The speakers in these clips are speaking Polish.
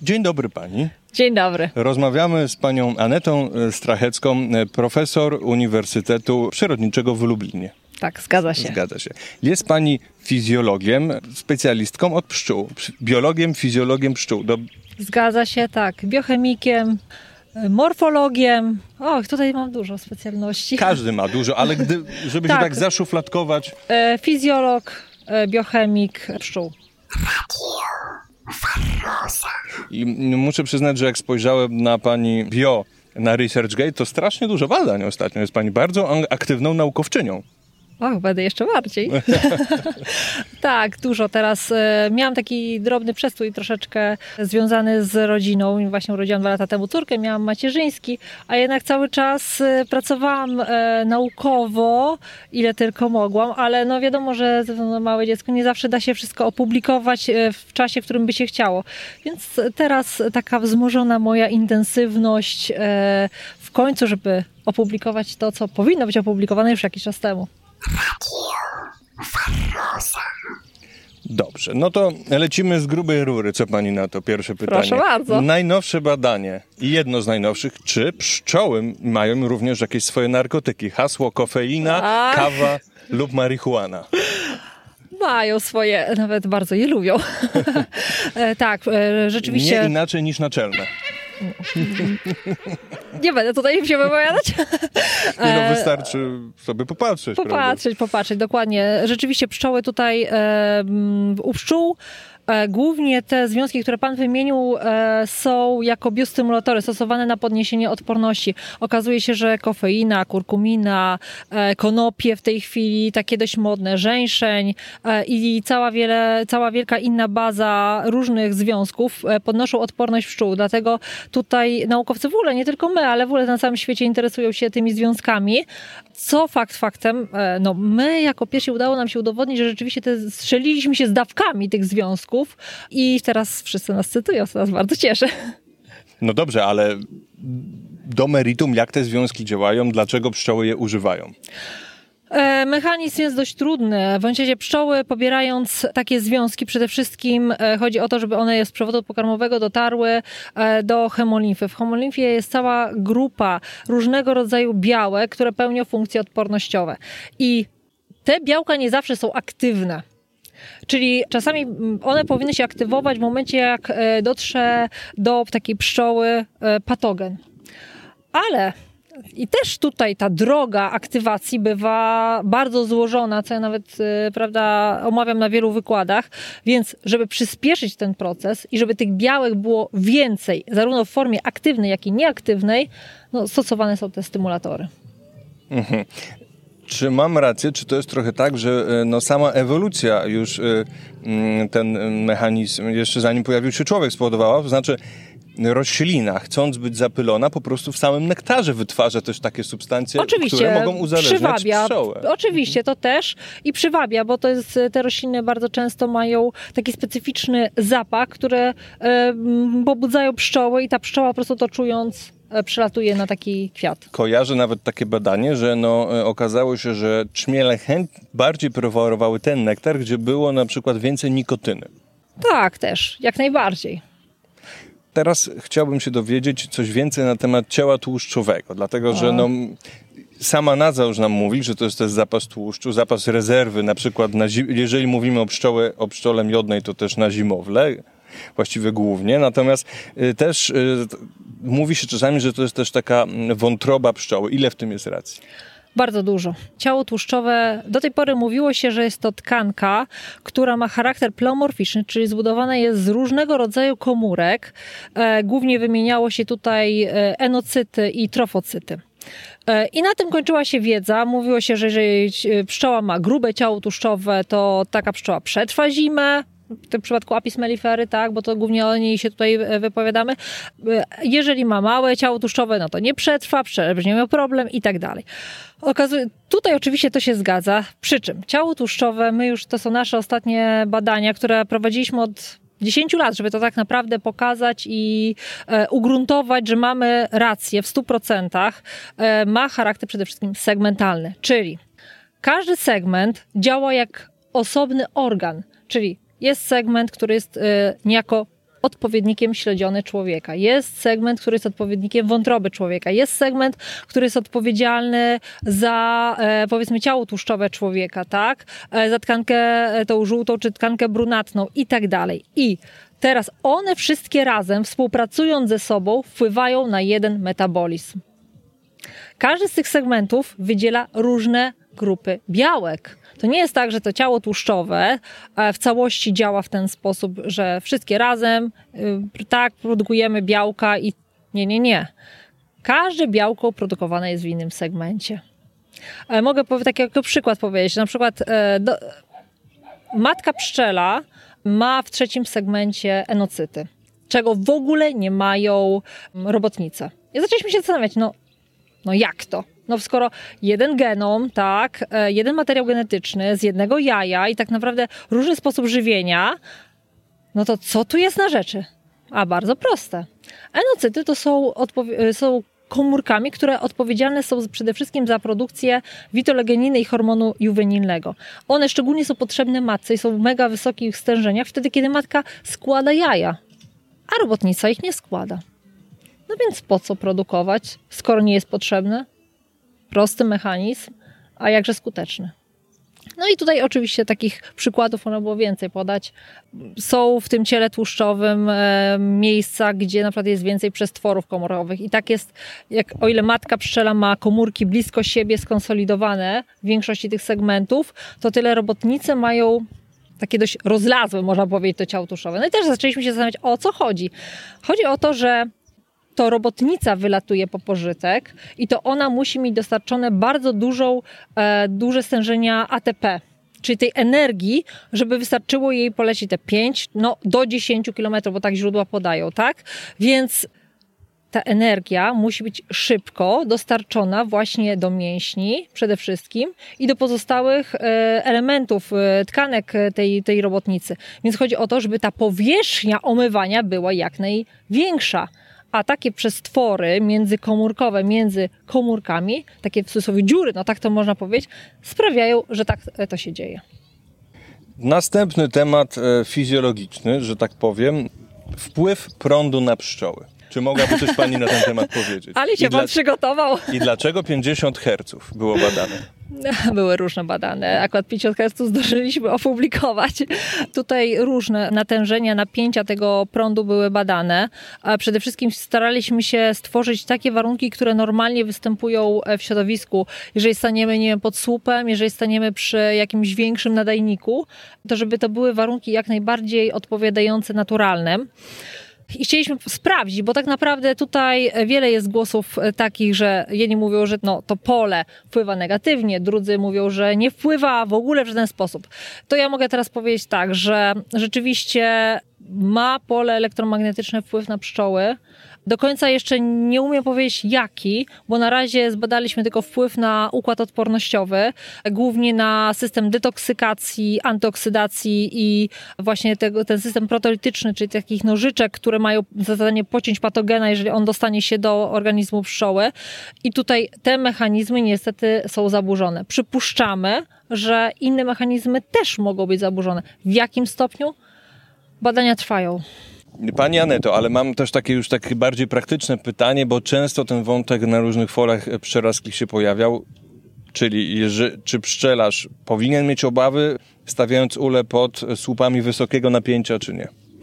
Dzień dobry pani. Dzień dobry. Rozmawiamy z panią Anetą Strachecką, profesor Uniwersytetu Przyrodniczego w Lublinie. Tak, zgadza się. Zgadza się. Jest pani fizjologiem, specjalistką od pszczół. Biologiem, fizjologiem pszczół. Zgadza się, tak. Biochemikiem, morfologiem. Och, tutaj mam dużo specjalności. Każdy ma dużo, ale żeby się tak zaszufladkować. Fizjolog, biochemik pszczół. I muszę przyznać, że jak spojrzałem na pani na ResearchGate, to strasznie dużo badań ostatnio. Jest pani bardzo aktywną naukowczynią. Och, będę jeszcze bardziej. Tak, dużo. Teraz miałam taki drobny przestój troszeczkę związany z rodziną. Właśnie urodziłam 2 lata temu córkę, miałam macierzyński, a jednak cały czas pracowałam naukowo, ile tylko mogłam, ale no wiadomo, że małe dziecko nie zawsze da się wszystko opublikować w czasie, w którym by się chciało. Więc teraz taka wzmożona moja intensywność w końcu, żeby opublikować to, co powinno być opublikowane już jakiś czas temu. Dobrze, no to lecimy z grubej rury. Co pani na to? Pierwsze pytanie. Proszę bardzo. Najnowsze badanie i jedno z najnowszych. Czy pszczoły mają również jakieś swoje narkotyki? Hasło kofeina, kawa lub marihuana. Mają swoje, nawet bardzo je lubią. Tak, rzeczywiście. Nie inaczej niż naczelne. Nie będę tutaj się wypowiadać. Wystarczy sobie popatrzeć. Popatrzeć, dokładnie. Rzeczywiście pszczoły tutaj u pszczół, głównie te związki, które pan wymienił, są jako biostymulatory stosowane na podniesienie odporności. Okazuje się, że kofeina, kurkumina, konopie w tej chwili, takie dość modne, żeńszeń i cała wielka inna baza różnych związków podnoszą odporność pszczół. Dlatego tutaj naukowcy w ogóle, nie tylko my, ale w ogóle na całym świecie interesują się tymi związkami. Co faktem, no my jako pierwsi udało nam się udowodnić, że rzeczywiście strzeliliśmy się z dawkami tych związków i teraz wszyscy nas cytują, co nas bardzo cieszy. No dobrze, ale do meritum, jak te związki działają, dlaczego pszczoły je używają? Mechanizm jest dość trudny. W bądź razie pszczoły, pobierając takie związki, przede wszystkim chodzi o to, żeby one z przewodu pokarmowego dotarły do hemolimfy. W hemolimfie jest cała grupa różnego rodzaju białek, które pełnią funkcje odpornościowe. I te białka nie zawsze są aktywne. Czyli czasami one powinny się aktywować w momencie, jak dotrze do takiej pszczoły patogen. Ale i też tutaj ta droga aktywacji bywa bardzo złożona, co ja nawet omawiam na wielu wykładach. Więc żeby przyspieszyć ten proces i żeby tych białek było więcej, zarówno w formie aktywnej, jak i nieaktywnej, no, stosowane są te stymulatory. Mhm. Czy mam rację, czy to jest trochę tak, że sama ewolucja już ten mechanizm, jeszcze zanim pojawił się człowiek, spowodowała, to znaczy roślina, chcąc być zapylona, po prostu w samym nektarze wytwarza też takie substancje, które mogą uzależniać pszczołę. Oczywiście, to też i przywabia, bo te rośliny bardzo często mają taki specyficzny zapach, które pobudzają pszczoły i ta pszczoła po prostu to czując przylatuje na taki kwiat. Kojarzę nawet takie badanie, że okazało się, że czmiele bardziej preferowały ten nektar, gdzie było na przykład więcej nikotyny. Tak, też, jak najbardziej. Teraz chciałbym się dowiedzieć coś więcej na temat ciała tłuszczowego, dlatego że sama nazwa już nam mówi, że to jest też zapas tłuszczu, zapas rezerwy, na przykład jeżeli mówimy o pszczole miodnej, to też na zimowle, właściwie głównie, natomiast też mówi się czasami, że to jest też taka wątroba pszczoły. Ile w tym jest racji? Bardzo dużo. Ciało tłuszczowe, do tej pory mówiło się, że jest to tkanka, która ma charakter pleomorficzny, czyli zbudowana jest z różnego rodzaju komórek. Głównie wymieniało się tutaj enocyty i trofocyty. I na tym kończyła się wiedza. Mówiło się, że jeżeli pszczoła ma grube ciało tłuszczowe, to taka pszczoła przetrwa zimę. W tym przypadku Apis mellifera, tak, bo to głównie o niej się tutaj wypowiadamy. Jeżeli ma małe ciało tłuszczowe, no to nie przetrwa, będzie miał problem i tak dalej. Tutaj oczywiście to się zgadza. Przy czym ciało tłuszczowe, to są nasze ostatnie badania, które prowadziliśmy od 10 lat, żeby to tak naprawdę pokazać i ugruntować, że mamy rację w 100%, ma charakter przede wszystkim segmentalny. Czyli każdy segment działa jak osobny organ, czyli jest segment, który jest niejako odpowiednikiem śledziony człowieka. Jest segment, który jest odpowiednikiem wątroby człowieka. Jest segment, który jest odpowiedzialny za, powiedzmy, ciało tłuszczowe człowieka, tak? Za tkankę tą żółtą czy tkankę brunatną i tak dalej. I teraz one wszystkie razem, współpracując ze sobą, wpływają na jeden metabolizm. Każdy z tych segmentów wydziela różne grupy białek. To nie jest tak, że to ciało tłuszczowe w całości działa w ten sposób, że wszystkie razem tak produkujemy białka i nie. Każde białko produkowane jest w innym segmencie. Mogę taki przykład powiedzieć. Na przykład matka pszczela ma w trzecim segmencie enocyty, czego w ogóle nie mają robotnice. I zaczęliśmy się zastanawiać, no jak to? No skoro jeden genom, tak, jeden materiał genetyczny z jednego jaja i tak naprawdę różny sposób żywienia, no to co tu jest na rzeczy? A bardzo proste. Enocyty to są komórkami, które odpowiedzialne są przede wszystkim za produkcję witolegeniny i hormonu juwenilnego. One szczególnie są potrzebne matce i są w mega wysokich stężeniach wtedy, kiedy matka składa jaja, a robotnica ich nie składa. No więc po co produkować, skoro nie jest potrzebne? Prosty mechanizm, a jakże skuteczny. No i tutaj oczywiście takich przykładów można było więcej podać. Są w tym ciele tłuszczowym miejsca, gdzie na przykład jest więcej przestworów komórkowych. I tak jest, o ile matka pszczela ma komórki blisko siebie skonsolidowane w większości tych segmentów, to tyle robotnice mają takie dość rozlazłe, można powiedzieć, to ciało tłuszczowe. No i też zaczęliśmy się zastanawiać, o co chodzi. Chodzi o to, że to robotnica wylatuje po pożytek i to ona musi mieć dostarczone bardzo duże stężenia ATP, czyli tej energii, żeby wystarczyło jej polecieć te 5 do 10 km, bo tak źródła podają, tak? Więc ta energia musi być szybko dostarczona właśnie do mięśni przede wszystkim i do pozostałych elementów, tkanek tej robotnicy. Więc chodzi o to, żeby ta powierzchnia omywania była jak największa. A takie przestwory międzykomórkowe, między komórkami, takie w cudzysłowie dziury, tak to można powiedzieć, sprawiają, że tak to się dzieje. Następny temat fizjologiczny, że tak powiem, wpływ prądu na pszczoły. Czy mogłaby coś pani na ten temat powiedzieć? Ale się pan przygotował. I dlaczego 50 Hz było badane? Były różne badane. Akurat 50 Hz zdążyliśmy opublikować. Tutaj różne natężenia, napięcia tego prądu były badane. Przede wszystkim staraliśmy się stworzyć takie warunki, które normalnie występują w środowisku. Jeżeli staniemy, pod słupem, jeżeli staniemy przy jakimś większym nadajniku, to żeby to były warunki jak najbardziej odpowiadające naturalnym. I chcieliśmy sprawdzić, bo tak naprawdę tutaj wiele jest głosów takich, że jedni mówią, że to pole wpływa negatywnie, drudzy mówią, że nie wpływa w ogóle w żaden sposób. To ja mogę teraz powiedzieć tak, że rzeczywiście ma pole elektromagnetyczne wpływ na pszczoły. Do końca jeszcze nie umiem powiedzieć jaki, bo na razie zbadaliśmy tylko wpływ na układ odpornościowy, głównie na system detoksykacji, antyoksydacji i właśnie ten system protolityczny, czyli takich nożyczek, które mają za zadanie pociąć patogena, jeżeli on dostanie się do organizmu pszczoły. I tutaj te mechanizmy niestety są zaburzone. Przypuszczamy, że inne mechanizmy też mogą być zaburzone. W jakim stopniu? Badania trwają. Pani Aneto, ale mam też takie bardziej praktyczne pytanie, bo często ten wątek na różnych forach pszczelarskich się pojawiał. Czyli czy pszczelarz powinien mieć obawy, stawiając ulę pod słupami wysokiego napięcia, czy nie?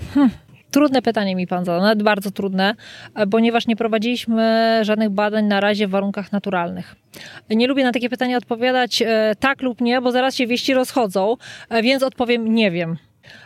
Trudne pytanie mi pan zadał, nawet bardzo trudne, ponieważ nie prowadziliśmy żadnych badań na razie w warunkach naturalnych. Nie lubię na takie pytania odpowiadać tak lub nie, bo zaraz się wieści rozchodzą, więc odpowiem nie wiem.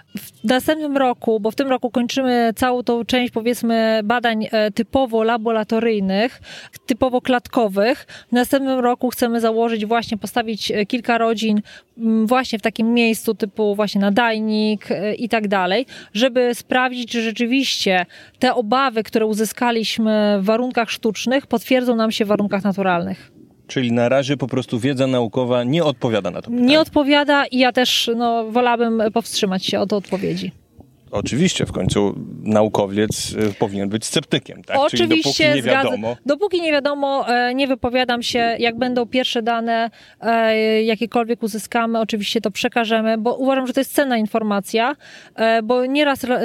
W następnym roku, bo w tym roku kończymy całą tą część, powiedzmy, badań typowo laboratoryjnych, typowo klatkowych. W następnym roku chcemy założyć, właśnie postawić kilka rodzin właśnie w takim miejscu typu właśnie nadajnik i tak dalej, żeby sprawdzić, czy rzeczywiście te obawy, które uzyskaliśmy w warunkach sztucznych, potwierdzą nam się w warunkach naturalnych. Czyli na razie po prostu wiedza naukowa nie odpowiada na to pytanie. Nie odpowiada i ja też wolałabym powstrzymać się od odpowiedzi. Oczywiście, w końcu naukowiec powinien być sceptykiem, tak? Oczywiście, czyli dopóki nie wiadomo, nie wypowiadam się. Jak będą pierwsze dane, jakiekolwiek uzyskamy, oczywiście to przekażemy, bo uważam, że to jest cenna informacja, bo nieraz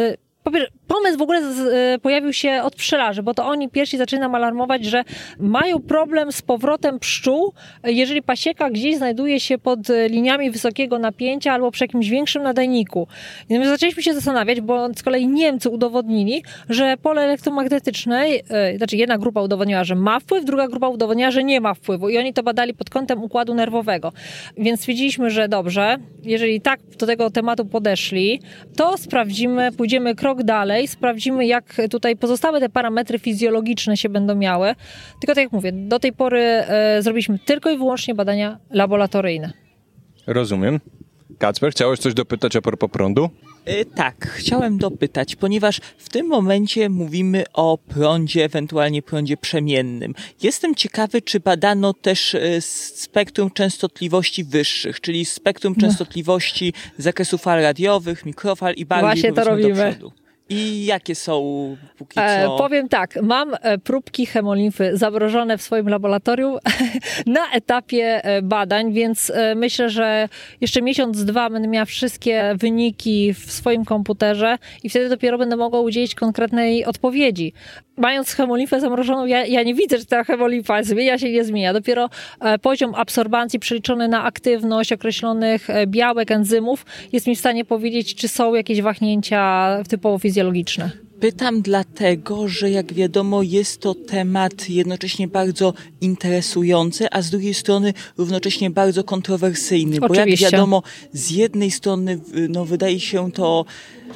pomysł w ogóle pojawił się od pszczelarzy, bo to oni pierwsi zaczęli nam alarmować, że mają problem z powrotem pszczół, jeżeli pasieka gdzieś znajduje się pod liniami wysokiego napięcia albo przy jakimś większym nadajniku. I my zaczęliśmy się zastanawiać, bo z kolei Niemcy udowodnili, że pole elektromagnetyczne, znaczy jedna grupa udowodniła, że ma wpływ, druga grupa udowodniła, że nie ma wpływu i oni to badali pod kątem układu nerwowego. Więc stwierdziliśmy, że dobrze, jeżeli tak do tego tematu podeszli, to sprawdzimy, pójdziemy krok dalej, sprawdzimy, jak tutaj pozostałe te parametry fizjologiczne się będą miały. Tylko tak jak mówię, do tej pory zrobiliśmy tylko i wyłącznie badania laboratoryjne. Rozumiem. Kacper, chciałeś coś dopytać a propos prądu? Tak, chciałem dopytać, ponieważ w tym momencie mówimy o prądzie, ewentualnie prądzie przemiennym. Jestem ciekawy, czy badano też spektrum częstotliwości wyższych, czyli spektrum częstotliwości z zakresu fal radiowych, mikrofal i bardziej właśnie to robimy. do przodu. I jakie są póki co? Powiem tak, mam próbki hemolimfy zamrożone w swoim laboratorium na etapie badań, więc myślę, że jeszcze miesiąc, dwa będę miała wszystkie wyniki w swoim komputerze i wtedy dopiero będę mogła udzielić konkretnej odpowiedzi. Mając hemolimfę zamrożoną, ja nie widzę, że ta hemolimfa zmienia się, nie zmienia. Dopiero poziom absorbancji przeliczony na aktywność określonych białek, enzymów jest mi w stanie powiedzieć, czy są jakieś wahnięcia typowo fizjologiczne. Pytam dlatego, że jak wiadomo jest to temat jednocześnie bardzo interesujący, a z drugiej strony równocześnie bardzo kontrowersyjny. Oczywiście. Bo jak wiadomo z jednej strony wydaje się to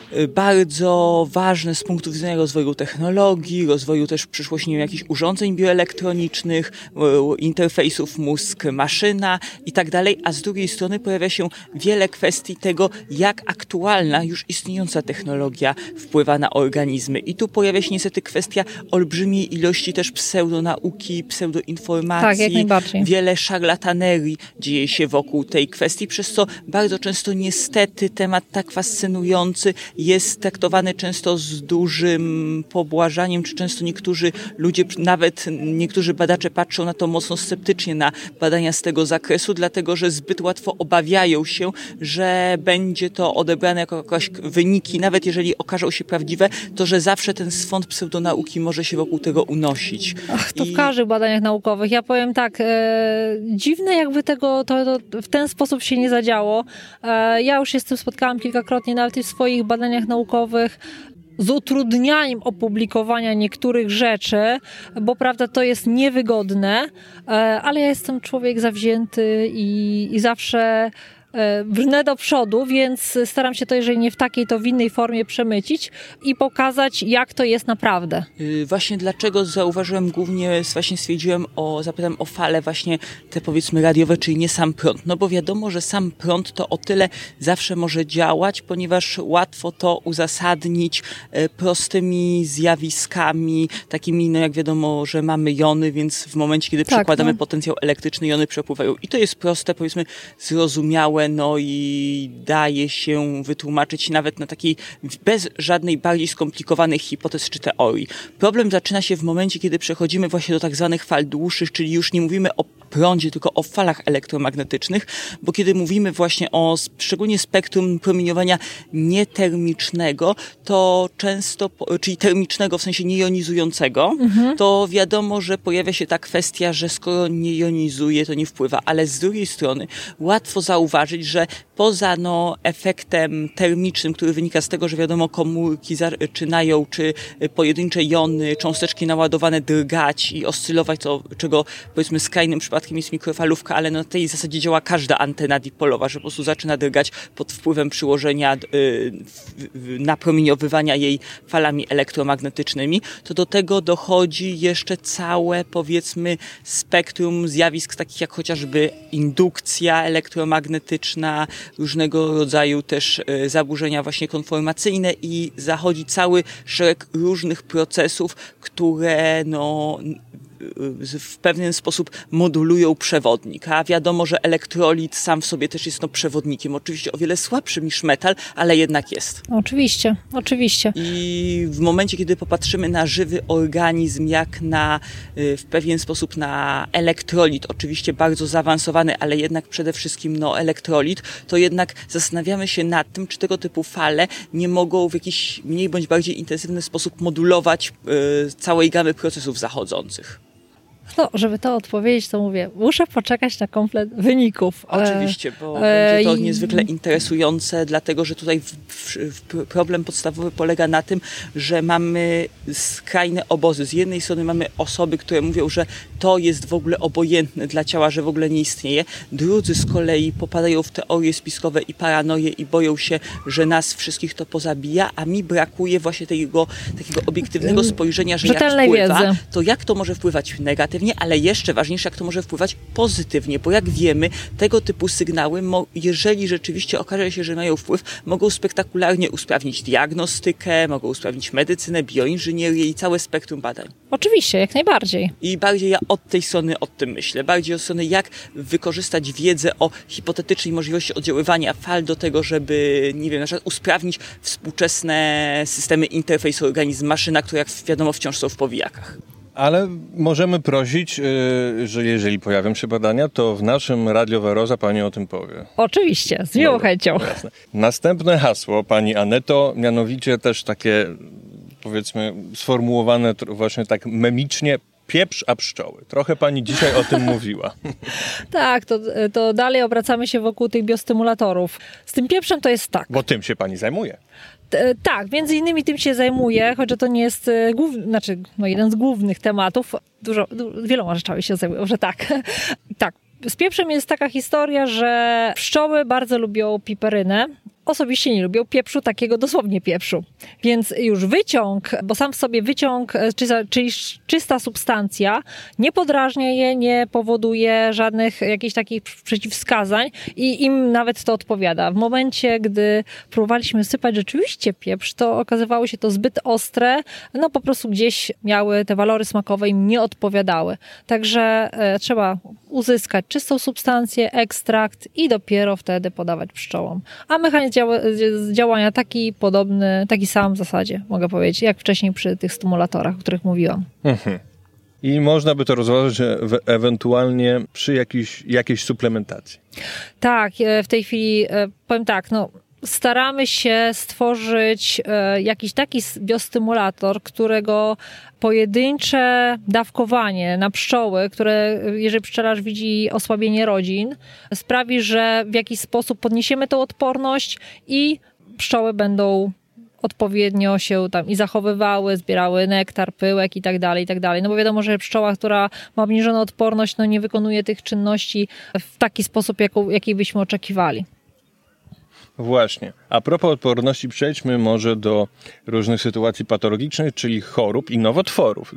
bardzo ważne z punktu widzenia rozwoju technologii, rozwoju też w przyszłości jakichś urządzeń bioelektronicznych, interfejsów mózg-maszyna i tak dalej, a z drugiej strony pojawia się wiele kwestii tego, jak aktualna, już istniejąca technologia wpływa na organizmy. I tu pojawia się niestety kwestia olbrzymiej ilości też pseudonauki, pseudoinformacji. Tak, jak najbardziej. Wiele szarlatanerii dzieje się wokół tej kwestii, przez co bardzo często niestety temat tak fascynujący jest traktowany często z dużym pobłażaniem, czy często niektórzy ludzie, nawet niektórzy badacze patrzą na to mocno sceptycznie, na badania z tego zakresu, dlatego że zbyt łatwo obawiają się, że będzie to odebrane jako jakieś wyniki, nawet jeżeli okażą się prawdziwe, to że zawsze ten swąd pseudonauki może się wokół tego unosić. To w każdych badaniach naukowych. Ja powiem tak, dziwne jakby tego to w ten sposób się nie zadziało. Ja już się z tym spotkałam kilkakrotnie, nawet i w swoich badaniach naukowych, z utrudnianiem opublikowania niektórych rzeczy, bo prawda to jest niewygodne, ale ja jestem człowiek zawzięty i zawsze brnę do przodu, więc staram się to, jeżeli nie w takiej, to w innej formie przemycić i pokazać, jak to jest naprawdę. Właśnie dlaczego zauważyłem głównie, właśnie stwierdziłem, zapytam o fale właśnie te powiedzmy radiowe, czyli nie sam prąd. No bo wiadomo, że sam prąd to o tyle zawsze może działać, ponieważ łatwo to uzasadnić prostymi zjawiskami, takimi, no jak wiadomo, że mamy jony, więc w momencie, kiedy przekładamy potencjał elektryczny, jony przepływają. I to jest proste, powiedzmy, zrozumiałe, no i daje się wytłumaczyć nawet na takiej, bez żadnej bardziej skomplikowanych hipotez czy teorii. Problem zaczyna się w momencie, kiedy przechodzimy właśnie do tak zwanych fal dłuższych, czyli już nie mówimy o prądzie, tylko o falach elektromagnetycznych, bo kiedy mówimy właśnie o szczególnie spektrum promieniowania nietermicznego, to często, czyli termicznego w sensie niejonizującego, to wiadomo, że pojawia się ta kwestia, że skoro nie jonizuje, to nie wpływa, ale z drugiej strony łatwo zauważyć, że poza efektem termicznym, który wynika z tego, że wiadomo komórki zaczynają, czy pojedyncze jony, cząsteczki naładowane drgać i oscylować, czego powiedzmy skrajnym przypadkiem jest mikrofalówka, ale na tej zasadzie działa każda antena dipolowa, że po prostu zaczyna drgać pod wpływem przyłożenia napromieniowywania jej falami elektromagnetycznymi, to do tego dochodzi jeszcze całe powiedzmy spektrum zjawisk takich jak chociażby indukcja elektromagnetyczna, różnego rodzaju też zaburzenia właśnie konformacyjne i zachodzi cały szereg różnych procesów, które w pewien sposób modulują przewodnik, a wiadomo, że elektrolit sam w sobie też jest przewodnikiem, oczywiście o wiele słabszym niż metal, ale jednak jest. Oczywiście. I w momencie, kiedy popatrzymy na żywy organizm, jak na w pewien sposób na elektrolit, oczywiście bardzo zaawansowany, ale jednak przede wszystkim elektrolit, to jednak zastanawiamy się nad tym, czy tego typu fale nie mogą w jakiś mniej bądź bardziej intensywny sposób modulować całej gamy procesów zachodzących. No, żeby to odpowiedzieć, to mówię, muszę poczekać na komplet wyników. Oczywiście, bo będzie to niezwykle interesujące, dlatego że tutaj problem podstawowy polega na tym, że mamy skrajne obozy. Z jednej strony mamy osoby, które mówią, że to jest w ogóle obojętne dla ciała, że w ogóle nie istnieje. Drudzy z kolei popadają w teorie spiskowe i paranoje i boją się, że nas wszystkich to pozabija, a mi brakuje właśnie takiego obiektywnego spojrzenia, że jak wpływa, to jak to może wpływać negatywnie, ale jeszcze ważniejsze, jak to może wpływać pozytywnie, bo jak wiemy, tego typu sygnały, jeżeli rzeczywiście okaże się, że mają wpływ, mogą spektakularnie usprawnić diagnostykę, mogą usprawnić medycynę, bioinżynierię i całe spektrum badań. Oczywiście, jak najbardziej. I bardziej ja od tej strony o tym myślę, bardziej od strony jak wykorzystać wiedzę o hipotetycznej możliwości oddziaływania fal do tego, żeby, nie wiem, na przykład usprawnić współczesne systemy interfejsu organizm-maszyna, które jak wiadomo wciąż są w powijakach. Ale możemy prosić, że jeżeli pojawią się badania, to w naszym Radio Verosa pani o tym powie. Oczywiście, z miłą chęcią. Jasne. Następne hasło, pani Aneto, mianowicie też takie, powiedzmy, sformułowane właśnie tak memicznie, pieprz a pszczoły. Trochę pani dzisiaj o tym mówiła. Tak, to dalej obracamy się wokół tych biostymulatorów. Z tym pieprzem to jest tak. Bo tym się pani zajmuje. Tak, między innymi tym się zajmuję, choć to nie jest jeden z głównych tematów. Wieloma rzeczami się zajmuję, że tak. Tak. Z pieprzem jest taka historia, że pszczoły bardzo lubią piperynę. Osobiście nie lubią pieprzu, takiego dosłownie pieprzu. Więc już wyciąg, bo sam w sobie wyciąg, czyli czysta substancja, nie podrażnia je, nie powoduje żadnych jakichś takich przeciwwskazań i im nawet to odpowiada. W momencie, gdy próbowaliśmy sypać rzeczywiście pieprz, to okazywało się to zbyt ostre, po prostu gdzieś miały te walory smakowe, im nie odpowiadały. Także trzeba uzyskać czystą substancję, ekstrakt i dopiero wtedy podawać pszczołom. A mechanizm działania taki sam w zasadzie, mogę powiedzieć, jak wcześniej przy tych stymulatorach, o których mówiłam. Mhm. I można by to rozważyć ewentualnie przy jakiejś suplementacji. Tak, w tej chwili powiem tak, staramy się stworzyć jakiś taki biostymulator, którego pojedyncze dawkowanie na pszczoły, które jeżeli pszczelarz widzi osłabienie rodzin, sprawi, że w jakiś sposób podniesiemy tą odporność i pszczoły będą odpowiednio się tam i zachowywały, zbierały nektar, pyłek i tak dalej, i tak dalej. Bo wiadomo, że pszczoła, która ma obniżoną odporność, nie wykonuje tych czynności w taki sposób, jakiej byśmy oczekiwali. Właśnie. A propos odporności, przejdźmy może do różnych sytuacji patologicznych, czyli chorób i nowotworów.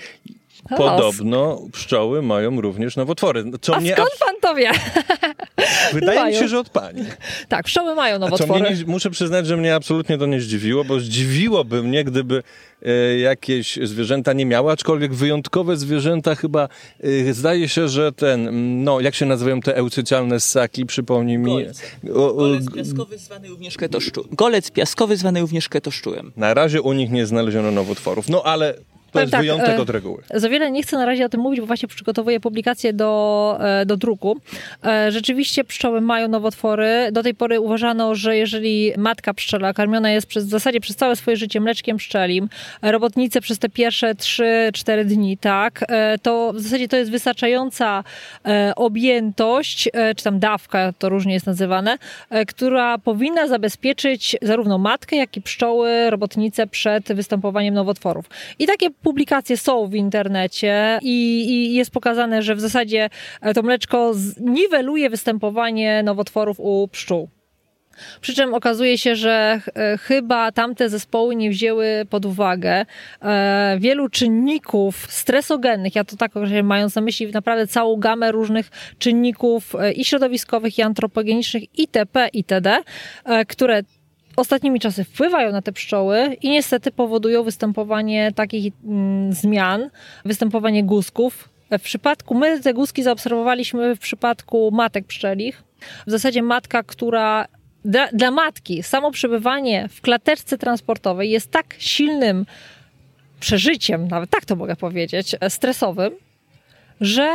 Podobno pszczoły mają również nowotwory. A skąd pan to wie? Wydaje mi się, że od pani. Tak, pszczoły mają nowotwory. Muszę przyznać, że mnie absolutnie to nie zdziwiło, bo zdziwiłoby mnie, gdyby jakieś zwierzęta nie miały, aczkolwiek wyjątkowe zwierzęta chyba, zdaje się, że jak się nazywają te eucycialne ssaki, przypomnij mi. Golec piaskowy zwany również kretoszczurem. Golec piaskowy zwany również kretoszczurem. Na razie u nich nie znaleziono nowotworów, ale to jest wyjątek od reguły. Za wiele nie chcę na razie o tym mówić, bo właśnie przygotowuję publikację do druku. Rzeczywiście pszczoły mają nowotwory. Do tej pory uważano, że jeżeli matka pszczela karmiona jest w zasadzie przez całe swoje życie mleczkiem pszczelim, robotnice przez te pierwsze 3-4 dni, tak, to w zasadzie to jest wystarczająca objętość, czy tam dawka, to różnie jest nazywane, która powinna zabezpieczyć zarówno matkę, jak i pszczoły, robotnice przed występowaniem nowotworów. I takie publikacje są w internecie i jest pokazane, że w zasadzie to mleczko niweluje występowanie nowotworów u pszczół. Przy czym okazuje się, że chyba tamte zespoły nie wzięły pod uwagę wielu czynników stresogennych, ja to tak mając na myśli naprawdę całą gamę różnych czynników i środowiskowych, i antropogenicznych, itp., itd., które ostatnimi czasy wpływają na te pszczoły i niestety powodują występowanie takich zmian, występowanie guzków. My te guzki zaobserwowaliśmy w przypadku matek pszczelich. W zasadzie matka, która dla matki samo przebywanie w klateczce transportowej jest tak silnym przeżyciem, nawet tak to mogę powiedzieć, stresowym, że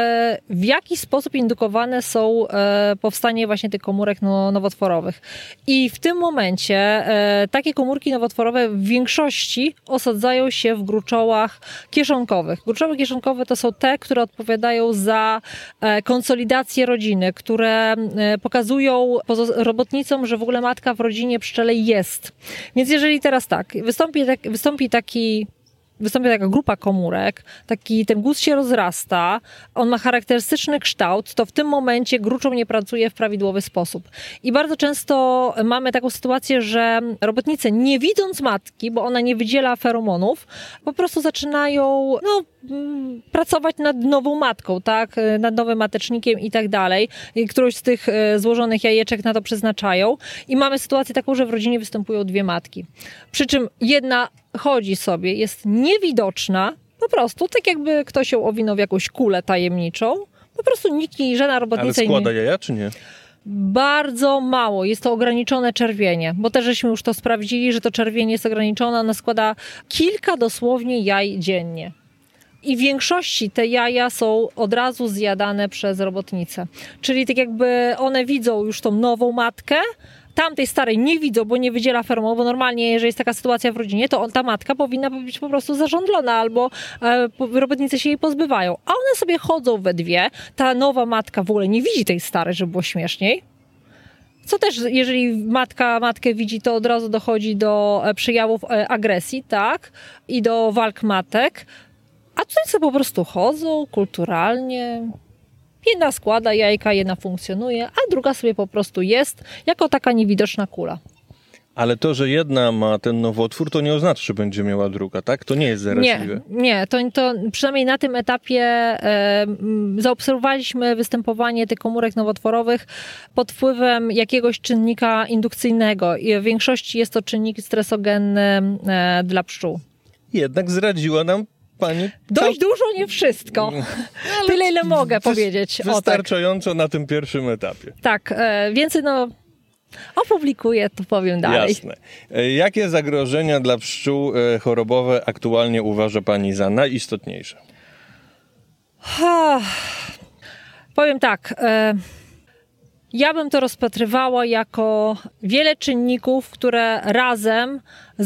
w jakiś sposób indukowane są powstanie właśnie tych komórek nowotworowych. I w tym momencie takie komórki nowotworowe w większości osadzają się w gruczołach kieszonkowych. Gruczoły kieszonkowe to są te, które odpowiadają za konsolidację rodziny, które pokazują robotnicom, że w ogóle matka w rodzinie pszczelej jest. Więc jeżeli teraz tak, wystąpi taka grupa komórek, ten guz się rozrasta, on ma charakterystyczny kształt, to w tym momencie gruczoł nie pracuje w prawidłowy sposób. I bardzo często mamy taką sytuację, że robotnicy, nie widząc matki, bo ona nie wydziela feromonów, po prostu zaczynają pracować nad nową matką, tak? Nad nowym matecznikiem i tak dalej. Którąś z tych złożonych jajeczek na to przeznaczają. I mamy sytuację taką, że w rodzinie występują dwie matki. Przy czym jedna chodzi sobie, jest niewidoczna, po prostu, tak jakby ktoś ją owinął w jakąś kulę tajemniczą. Po prostu nikt i żadna robotnica... Ale składa jaja, czy nie? Bardzo mało. Jest to ograniczone czerwienie, bo też żeśmy już to sprawdzili, że to czerwienie jest ograniczone. Ona składa kilka dosłownie jaj dziennie. I w większości te jaja są od razu zjadane przez robotnice. Czyli tak jakby one widzą już tą nową matkę, tamtej starej nie widzą, bo nie wydziela feromonów, bo normalnie, jeżeli jest taka sytuacja w rodzinie, to ta matka powinna być po prostu zarządlona, albo robotnicy się jej pozbywają. A one sobie chodzą we dwie. Ta nowa matka w ogóle nie widzi tej starej, żeby było śmieszniej. Co też, jeżeli matkę widzi, to od razu dochodzi do przejawów agresji, tak? I do walk matek. A tutaj sobie po prostu chodzą kulturalnie. Jedna składa jajka, jedna funkcjonuje, a druga sobie po prostu jest jako taka niewidoczna kula. Ale to, że jedna ma ten nowotwór, to nie oznacza, że będzie miała druga, tak? To nie jest zaraźliwe. Nie, to przynajmniej na tym etapie zaobserwowaliśmy występowanie tych komórek nowotworowych pod wpływem jakiegoś czynnika indukcyjnego. I w większości jest to czynnik stresogenny dla pszczół. Jednak zdradziła nam pani... Dość dużo, nie wszystko. Tyle, ile mogę powiedzieć. Wystarczająco na tym pierwszym etapie. Tak, więcej opublikuję, to powiem dalej. Jasne. Jakie zagrożenia dla pszczół chorobowe aktualnie uważa pani za najistotniejsze? Powiem tak. Ja bym to rozpatrywała jako wiele czynników, które razem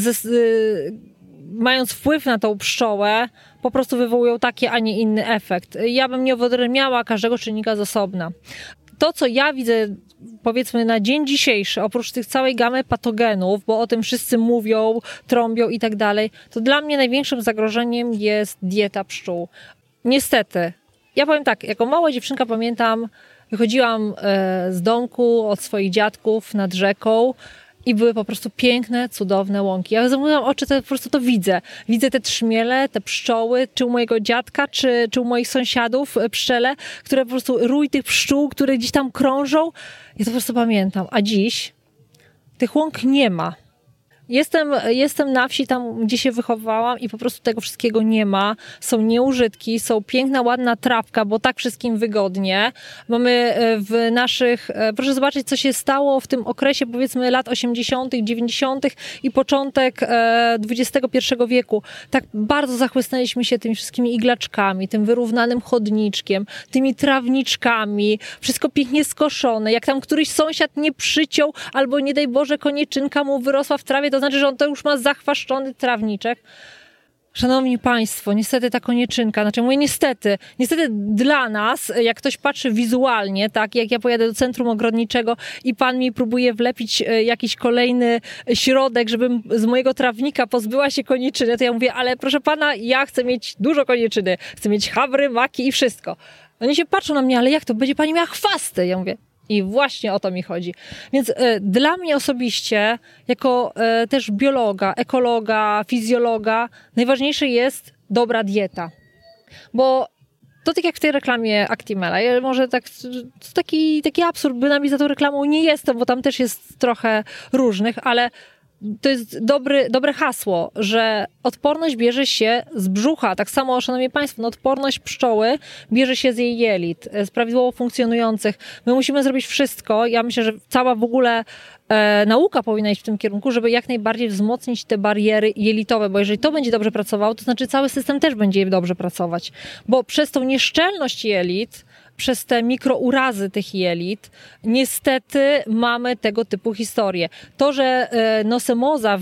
mając wpływ na tą pszczołę, po prostu wywołują taki, a nie inny efekt. Ja bym nie wyodrębniała każdego czynnika z osobna. To, co ja widzę, powiedzmy na dzień dzisiejszy, oprócz tych całej gamy patogenów, bo o tym wszyscy mówią, trąbią i tak dalej, to dla mnie największym zagrożeniem jest dieta pszczół. Niestety, ja powiem tak, jako mała dziewczynka pamiętam, wychodziłam z domku od swoich dziadków nad rzeką, i były po prostu piękne, cudowne łąki. Ja zamknęłam oczy, to po prostu to widzę. Widzę te trzmiele, te pszczoły, czy u mojego dziadka, czy u moich sąsiadów pszczele, które po prostu rój tych pszczół, które gdzieś tam krążą. Ja to po prostu pamiętam. A dziś tych łąk nie ma. Jestem na wsi, tam gdzie się wychowałam i po prostu tego wszystkiego nie ma. Są nieużytki, są piękna, ładna trawka, bo tak wszystkim wygodnie. Mamy w naszych... Proszę zobaczyć, co się stało w tym okresie, powiedzmy, lat 80., 90. i początek XXI wieku. Tak bardzo zachłysnęliśmy się tymi wszystkimi iglaczkami, tym wyrównanym chodniczkiem, tymi trawniczkami. Wszystko pięknie skoszone. Jak tam któryś sąsiad nie przyciął, albo nie daj Boże, konieczynka mu wyrosła w trawie, to znaczy, że on to już ma zachwaszczony trawniczek. Szanowni Państwo, niestety ta konieczynka, znaczy mówię niestety dla nas, jak ktoś patrzy wizualnie, tak, jak ja pojadę do centrum ogrodniczego i pan mi próbuje wlepić jakiś kolejny środek, żebym z mojego trawnika pozbyła się koniczyny, to ja mówię, ale proszę pana, ja chcę mieć dużo koniczyny, chcę mieć chawry, maki i wszystko. Oni się patrzą na mnie, ale jak to, będzie pani miała chwasty? Ja mówię, i właśnie o to mi chodzi. Więc dla mnie osobiście, jako też biologa, ekologa, fizjologa, najważniejsze jest dobra dieta. Bo To tak jak w tej reklamie Actimela. Ja może tak, taki absurd, bynajmniej za tą reklamą nie jestem, bo tam też jest trochę różnych, ale to jest dobre hasło, że odporność bierze się z brzucha. Tak samo, szanowni państwo, odporność pszczoły bierze się z jej jelit, z prawidłowo funkcjonujących. My musimy zrobić wszystko. Ja myślę, że cała w ogóle nauka powinna iść w tym kierunku, żeby jak najbardziej wzmocnić te bariery jelitowe, bo jeżeli to będzie dobrze pracowało, to znaczy cały system też będzie dobrze pracować. Bo przez tą nieszczelność jelit, przez te mikrourazy tych jelit, niestety mamy tego typu historie. To, że nosemoza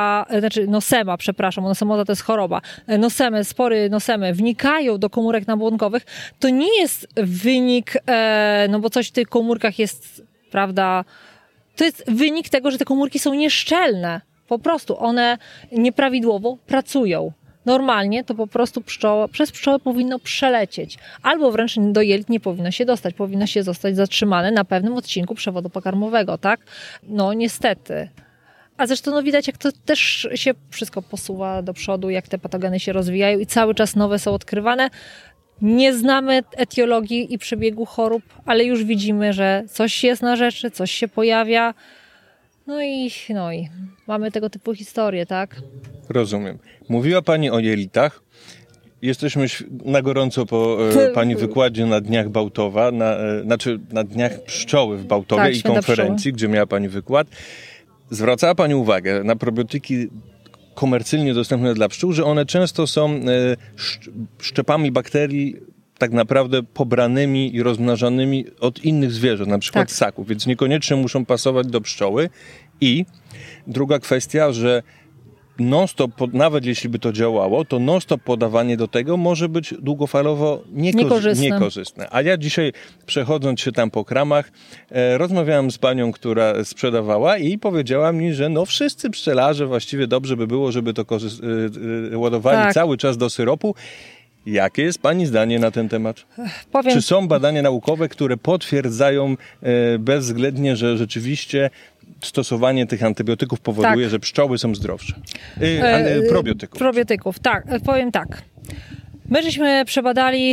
nosemoza to jest choroba, spory nosemy wnikają do komórek nabłonkowych, to nie jest wynik, bo coś w tych komórkach jest, prawda, to jest wynik tego, że te komórki są nieszczelne. Po prostu one nieprawidłowo pracują. Normalnie to po prostu przez pszczołę powinno przelecieć. Albo wręcz do jelit nie powinno się dostać. Powinno się zostać zatrzymane na pewnym odcinku przewodu pokarmowego, tak? No niestety. A zresztą widać, jak to też się wszystko posuwa do przodu, jak te patogeny się rozwijają i cały czas nowe są odkrywane. Nie znamy etiologii i przebiegu chorób, ale już widzimy, że coś jest na rzeczy, coś się pojawia. No i mamy tego typu historie, tak? Rozumiem. Mówiła pani o jelitach. Jesteśmy na gorąco po pani wykładzie na Dniach Bałtowa, na Dniach Pszczoły w Bałtowie, tak, i konferencji, pszczoły, gdzie miała pani wykład. Zwracała pani uwagę na probiotyki komercyjnie dostępne dla pszczół, że one często są szczepami bakterii tak naprawdę pobranymi i rozmnażanymi od innych zwierząt, na przykład ssaków, więc niekoniecznie muszą pasować do pszczoły. I druga kwestia, że non-stop, nawet jeśli by to działało, to non-stop podawanie do tego może być długofalowo niekorzystne. A ja dzisiaj, przechodząc się tam po kramach, rozmawiałem z panią, która sprzedawała i powiedziała mi, że wszyscy pszczelarze właściwie dobrze by było, żeby to ładowali cały czas do syropu. Jakie jest pani zdanie na ten temat? Czy są badania naukowe, które potwierdzają bezwzględnie, że rzeczywiście stosowanie tych antybiotyków powoduje, że pszczoły są zdrowsze? Probiotyków. Probiotyków, tak. Powiem tak. My żeśmy przebadali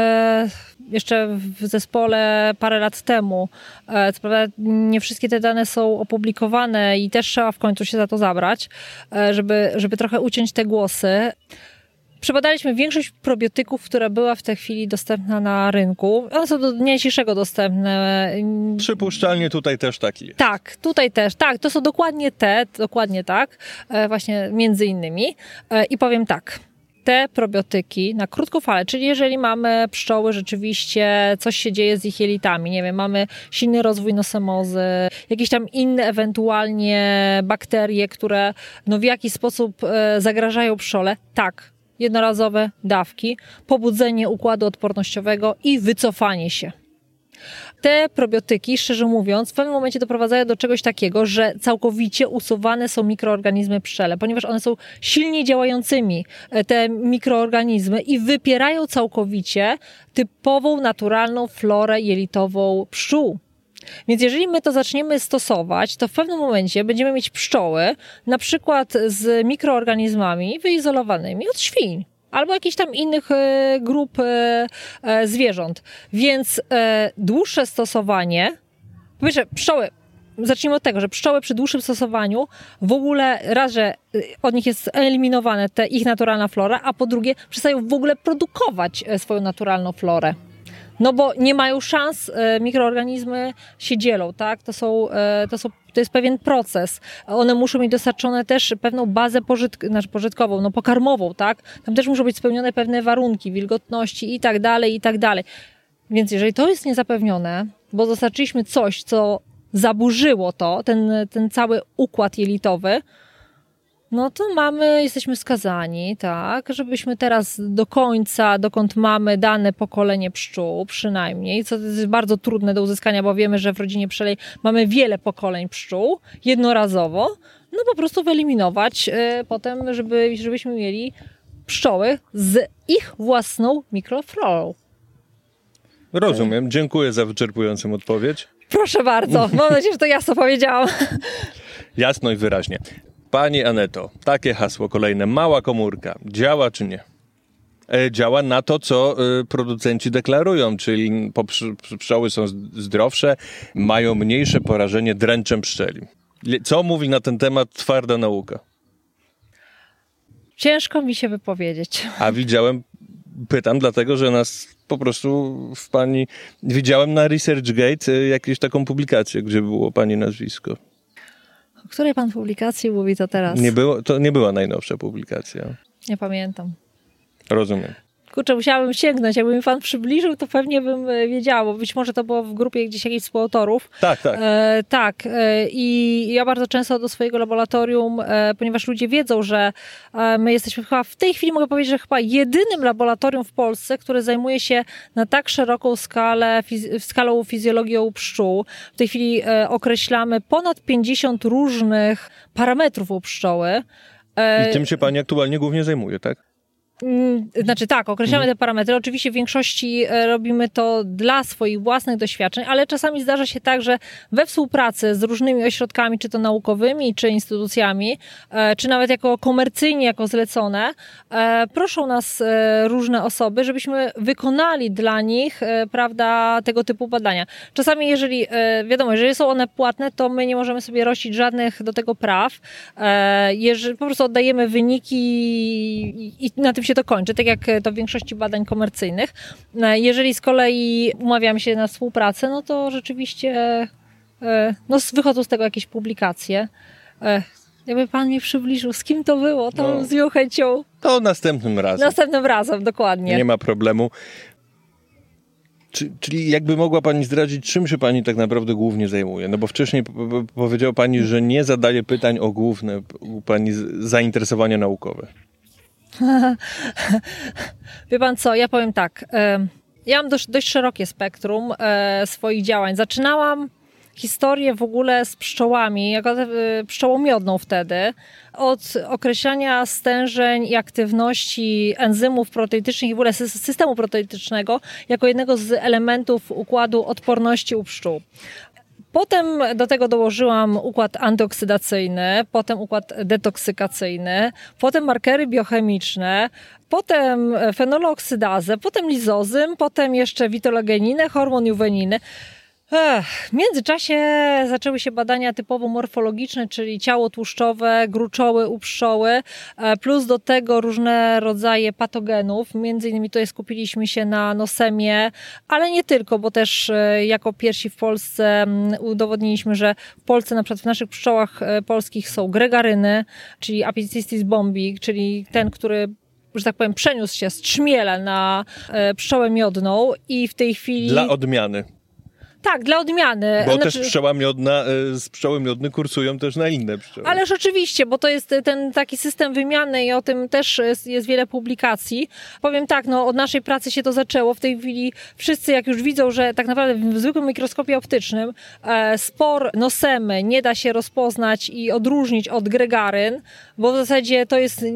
jeszcze w zespole parę lat temu. Co prawda nie wszystkie te dane są opublikowane i też trzeba w końcu się za to zabrać, żeby trochę uciąć te głosy. Przebadaliśmy większość probiotyków, która była w tej chwili dostępna na rynku. One są do dnia dzisiejszego dostępne. Przypuszczalnie tutaj też taki jest. Tak, tutaj też. Tak, to są dokładnie tak. Właśnie między innymi. I powiem tak. Te probiotyki na krótką falę, czyli jeżeli mamy pszczoły, rzeczywiście coś się dzieje z ich jelitami, nie wiem, mamy silny rozwój nosemozy, jakieś tam inne ewentualnie bakterie, które w jakiś sposób zagrażają pszczole, tak. Jednorazowe dawki, pobudzenie układu odpornościowego i wycofanie się. Te probiotyki, szczerze mówiąc, w pewnym momencie doprowadzają do czegoś takiego, że całkowicie usuwane są mikroorganizmy pszczele, ponieważ one są silnie działającymi, te mikroorganizmy, i wypierają całkowicie typową, naturalną florę jelitową pszczół. Więc jeżeli my to zaczniemy stosować, to w pewnym momencie będziemy mieć pszczoły, na przykład z mikroorganizmami wyizolowanymi od świń albo jakichś tam innych grup zwierząt. Więc dłuższe stosowanie, po pierwsze pszczoły, zacznijmy od tego, że pszczoły przy dłuższym stosowaniu w ogóle raz, że od nich jest eliminowane ich naturalna flora, a po drugie przestają w ogóle produkować swoją naturalną florę. Bo nie mają szans, mikroorganizmy się dzielą, tak? To jest pewien proces. One muszą mieć dostarczone też pewną bazę pożytkową, pokarmową, tak? Tam też muszą być spełnione pewne warunki wilgotności i tak dalej. Więc jeżeli to jest niezapewnione, bo dostarczyliśmy coś, co zaburzyło ten cały układ jelitowy, to jesteśmy skazani, tak, żebyśmy teraz do końca, dokąd mamy dane pokolenie pszczół przynajmniej, co jest bardzo trudne do uzyskania, bo wiemy, że w rodzinie pszczelej mamy wiele pokoleń pszczół jednorazowo, po prostu wyeliminować potem, żebyśmy mieli pszczoły z ich własną mikroflorą. Rozumiem, dziękuję za wyczerpującą odpowiedź. Proszę bardzo, mam nadzieję, że to jasno powiedziałam. Jasno i wyraźnie. Pani Aneto, takie hasło kolejne. Mała komórka. Działa czy nie? działa na to, co producenci deklarują, czyli pszczoły są zdrowsze, mają mniejsze porażenie dręczem pszczeli. Co mówi na ten temat twarda nauka? Ciężko mi się wypowiedzieć. A pytam dlatego, że nas po prostu widziałem na ResearchGate jakąś taką publikację, gdzie było pani nazwisko. O której pan publikacji mówi to teraz? To nie była najnowsza publikacja. Nie pamiętam. Rozumiem. Kurczę, musiałabym sięgnąć. Jakby mi pan przybliżył, to pewnie bym wiedziała. Być może to było w grupie gdzieś jakichś współautorów. Tak. Tak. I ja bardzo często do swojego laboratorium, ponieważ ludzie wiedzą, że my jesteśmy chyba w tej chwili, mogę powiedzieć, że chyba jedynym laboratorium w Polsce, które zajmuje się na tak szeroką skalą fizjologią pszczół. W tej chwili określamy ponad 50 różnych parametrów u pszczoły. I tym się pani aktualnie głównie zajmuje, tak? Znaczy tak, określamy te parametry. Oczywiście w większości robimy to dla swoich własnych doświadczeń, ale czasami zdarza się tak, że we współpracy z różnymi ośrodkami, czy to naukowymi, czy instytucjami, czy nawet jako komercyjnie, jako zlecone, proszą nas różne osoby, żebyśmy wykonali dla nich, prawda, tego typu badania. Czasami jeżeli są one płatne, to my nie możemy sobie rościć żadnych do tego praw. Jeżeli po prostu oddajemy wyniki i na tym się to kończy, tak jak to w większości badań komercyjnych. Jeżeli z kolei umawiamy się na współpracę, no to rzeczywiście wychodzą z tego jakieś publikacje. Jakby pan mi przybliżył, z kim to było, to z miłą chęcią. To następnym razem. Następnym razem, dokładnie. Nie ma problemu. Czyli jakby mogła pani zdradzić, czym się pani tak naprawdę głównie zajmuje? No bo wcześniej powiedziała pani, że nie zadaje pytań o główne u pani zainteresowania naukowe. Wie pan co, ja powiem tak. Ja mam dość szerokie spektrum swoich działań. Zaczynałam historię w ogóle z pszczołami, jako pszczołą miodną wtedy, od określania stężeń i aktywności enzymów proteitycznych i w ogóle systemu proteitycznego jako jednego z elementów układu odporności u pszczół. Potem do tego dołożyłam układ antyoksydacyjny, potem układ detoksykacyjny, potem markery biochemiczne, potem fenolooksydazę, potem lizozym, potem jeszcze witologeninę, hormon juweniny. W międzyczasie zaczęły się badania typowo morfologiczne, czyli ciało tłuszczowe, gruczoły u pszczoły, plus do tego różne rodzaje patogenów. Między innymi tutaj skupiliśmy się na nosemie, ale nie tylko, bo też jako pierwsi w Polsce udowodniliśmy, że w Polsce na przykład w naszych pszczołach polskich są gregaryny, czyli Apicystis bombi, czyli ten, który, że tak powiem, przeniósł się z trzmiela na pszczołę miodną i w tej chwili... Dla odmiany. Tak, dla odmiany. Bo też pszczoła miodna, z pszczoły miodne kursują też na inne pszczoły. Ależ oczywiście, bo to jest ten taki system wymiany i o tym też jest wiele publikacji. Powiem tak, od naszej pracy się to zaczęło. W tej chwili wszyscy jak już widzą, że tak naprawdę w zwykłym mikroskopie optycznym spor nosemy nie da się rozpoznać i odróżnić od gregaryn, bo w zasadzie to jest...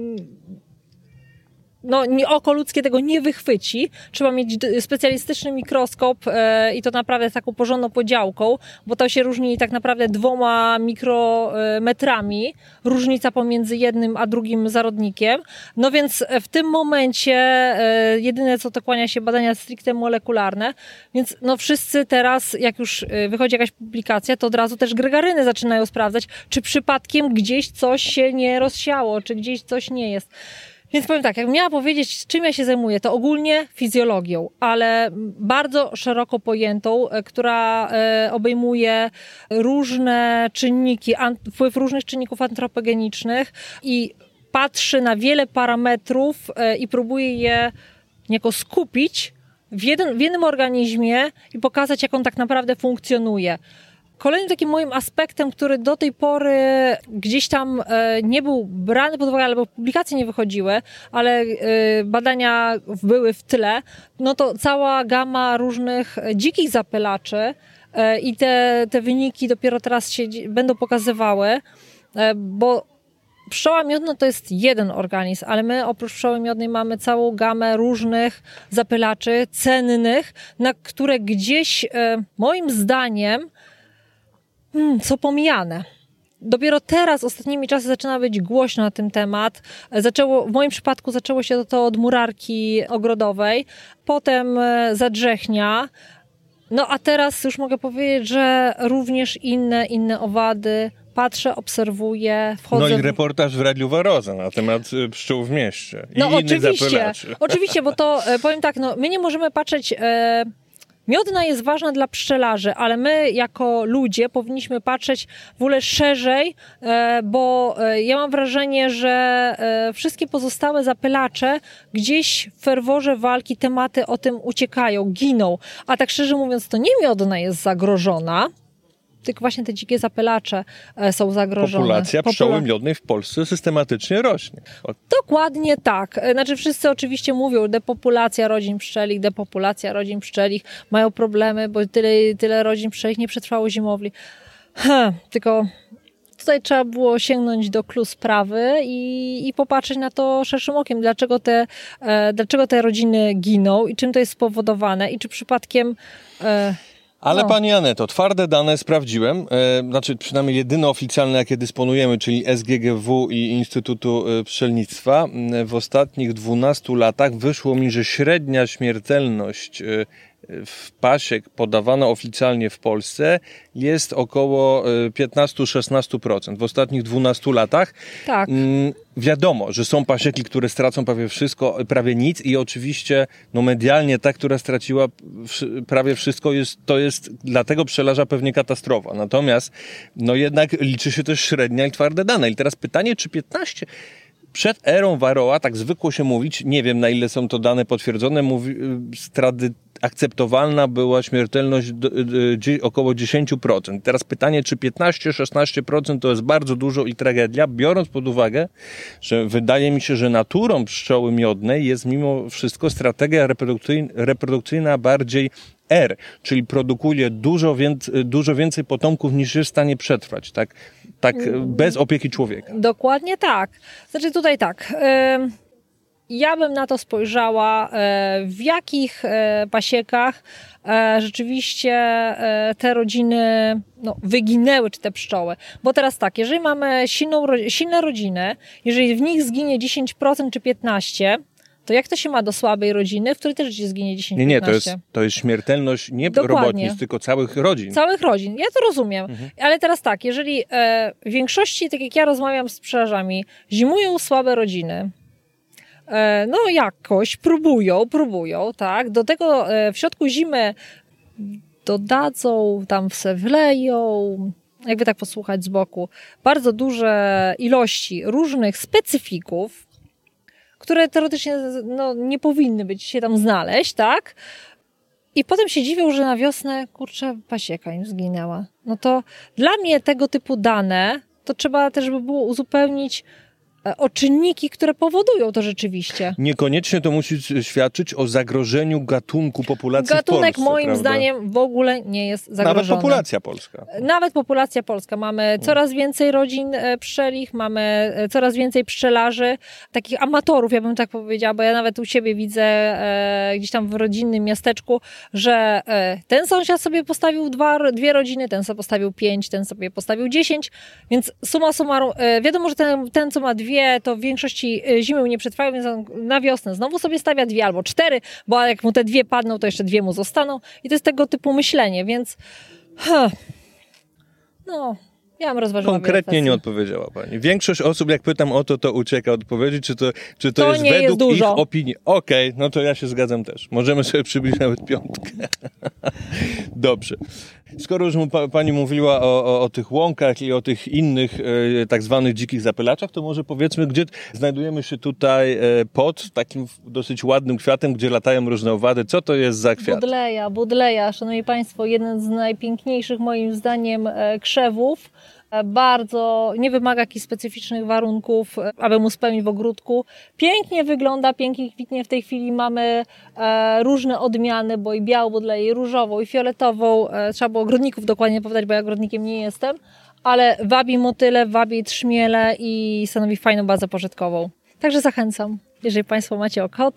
oko ludzkie tego nie wychwyci. Trzeba mieć specjalistyczny mikroskop i to naprawdę z taką porządną podziałką, bo to się różni tak naprawdę 2 mikrometrami, różnica pomiędzy jednym a drugim zarodnikiem. No więc w tym momencie jedyne co to kłania się badania stricte molekularne, więc wszyscy teraz, jak już wychodzi jakaś publikacja, to od razu też gregaryny zaczynają sprawdzać, czy przypadkiem gdzieś coś się nie rozsiało, czy gdzieś coś nie jest. Więc powiem tak, jak miała powiedzieć, czym ja się zajmuję, to ogólnie fizjologią, ale bardzo szeroko pojętą, która obejmuje różne czynniki, wpływ różnych czynników antropogenicznych i patrzy na wiele parametrów i próbuje je niejako skupić w jednym organizmie i pokazać, jak on tak naprawdę funkcjonuje. Kolejnym takim moim aspektem, który do tej pory gdzieś tam nie był brany pod uwagę, albo publikacje nie wychodziły, ale badania były w tle, to cała gama różnych dzikich zapylaczy i te wyniki dopiero teraz się będą pokazywały, bo pszczoła miodna to jest jeden organizm, ale my oprócz pszczoły miodnej mamy całą gamę różnych zapylaczy cennych, na które gdzieś moim zdaniem są pomijane. Dopiero teraz, ostatnimi czasy zaczyna być głośno na ten temat. W moim przypadku zaczęło się to od murarki ogrodowej, potem zadrzechnia. No a teraz już mogę powiedzieć, że również inne owady. Patrzę, obserwuję, wchodzę... No i reportaż w Radiu Waroza na temat pszczół w mieście i innych zapylaczy. Oczywiście, bo to powiem tak, my nie możemy patrzeć... Miodna jest ważna dla pszczelarzy, ale my jako ludzie powinniśmy patrzeć w ogóle szerzej, bo ja mam wrażenie, że wszystkie pozostałe zapylacze gdzieś w ferworze walki tematy o tym uciekają, giną. A tak szczerze mówiąc, to nie miodna jest zagrożona, tylko właśnie te dzikie zapylacze są zagrożone. Populacja pszczoły miodnej w Polsce systematycznie rośnie. Dokładnie tak. Znaczy wszyscy oczywiście mówią depopulacja rodzin pszczelich, mają problemy, bo tyle rodzin pszczelich nie przetrwało zimowli. Tylko tutaj trzeba było sięgnąć do clou sprawy i popatrzeć na to szerszym okiem, dlaczego te rodziny giną i czym to jest spowodowane i czy przypadkiem... Ale Pani Aneto, twarde dane sprawdziłem, znaczy przynajmniej jedyne oficjalne, jakie dysponujemy, czyli SGGW i Instytutu Pszczelnictwa. W ostatnich 12 latach wyszło mi, że średnia śmiertelność w pasiek podawana oficjalnie w Polsce jest około 15-16% w ostatnich 12 latach. Tak. Wiadomo, że są pasieki, które stracą prawie nic i oczywiście medialnie ta, która straciła prawie wszystko, to jest dla tego pszczelarza pewnie katastrofa. Natomiast jednak liczy się też średnia i twarde dane. I teraz pytanie, czy 15... Przed erą Varroa, tak zwykło się mówić, nie wiem na ile są to dane potwierdzone, akceptowalna była śmiertelność około 10%. Teraz pytanie, czy 15-16% to jest bardzo dużo i tragedia, biorąc pod uwagę, że wydaje mi się, że naturą pszczoły miodnej jest mimo wszystko strategia reprodukcyjna bardziej R, czyli produkuje dużo więcej potomków niż jest w stanie przetrwać, tak bez opieki człowieka. Dokładnie tak. Znaczy tutaj tak... Ja bym na to spojrzała, w jakich pasiekach rzeczywiście te rodziny wyginęły, czy te pszczoły. Bo teraz tak, jeżeli mamy silne rodziny, jeżeli w nich zginie 10% czy 15%, to jak to się ma do słabej rodziny, w której też zginie 10-15%? Nie, to jest śmiertelność nie robotnic, tylko całych rodzin. Całych rodzin, ja to rozumiem. Ale teraz tak, jeżeli w większości, tak jak ja rozmawiam z pszczelarzami, zimują słabe rodziny, jakoś próbują, tak. Do tego w środku zimy dodadzą, tam se wleją, jakby tak posłuchać z boku, bardzo duże ilości różnych specyfików, które teoretycznie nie powinny się tam znaleźć, tak. I potem się dziwią, że na wiosnę, pasieka im zginęła. No to dla mnie tego typu dane, to trzeba też by było uzupełnić o czynniki, które powodują to rzeczywiście. Niekoniecznie to musi świadczyć o zagrożeniu gatunku populacji w Polsce. Gatunek moim zdaniem w ogóle nie jest zagrożony. Nawet populacja polska. Nawet populacja polska. Mamy coraz więcej rodzin pszczelich, mamy coraz więcej pszczelarzy, takich amatorów, ja bym tak powiedziała, bo ja nawet u siebie widzę gdzieś tam w rodzinnym miasteczku, że ten sąsiad sobie postawił dwie rodziny, ten sobie postawił 5, ten sobie postawił 10, więc summa summarum, wiadomo, że ten co ma 2, to w większości zimy nie przetrwają, więc on na wiosnę znowu sobie stawia 2 albo 4, bo jak mu te 2 padną, to jeszcze 2 mu zostaną. I to jest tego typu myślenie, więc ja bym rozważyła. Konkretnie nie odpowiedziała Pani. Większość osób, jak pytam o to ucieka odpowiedzi, czy to jest według ich opinii. Okej, no to ja się zgadzam też. Możemy sobie przybliżyć nawet 5. Dobrze. Skoro już Pani mówiła o tych łąkach i o tych innych tak zwanych dzikich zapylaczach, to może powiedzmy, gdzie znajdujemy się tutaj pod takim dosyć ładnym kwiatem, gdzie latają różne owady. Co to jest za kwiat? Budleja. Szanowni Państwo, jeden z najpiękniejszych moim zdaniem krzewów. Bardzo nie wymaga jakichś specyficznych warunków, aby mu spełnić w ogródku. Pięknie wygląda, pięknie kwitnie. W tej chwili mamy różne odmiany, bo i białą budleję, i różową, i fioletową. Trzeba było ogrodników dokładnie powiedzieć, bo ja ogrodnikiem nie jestem, ale wabi motyle, wabi trzmiele i stanowi fajną bazę pożytkową. Także zachęcam, jeżeli Państwo macie ochotę,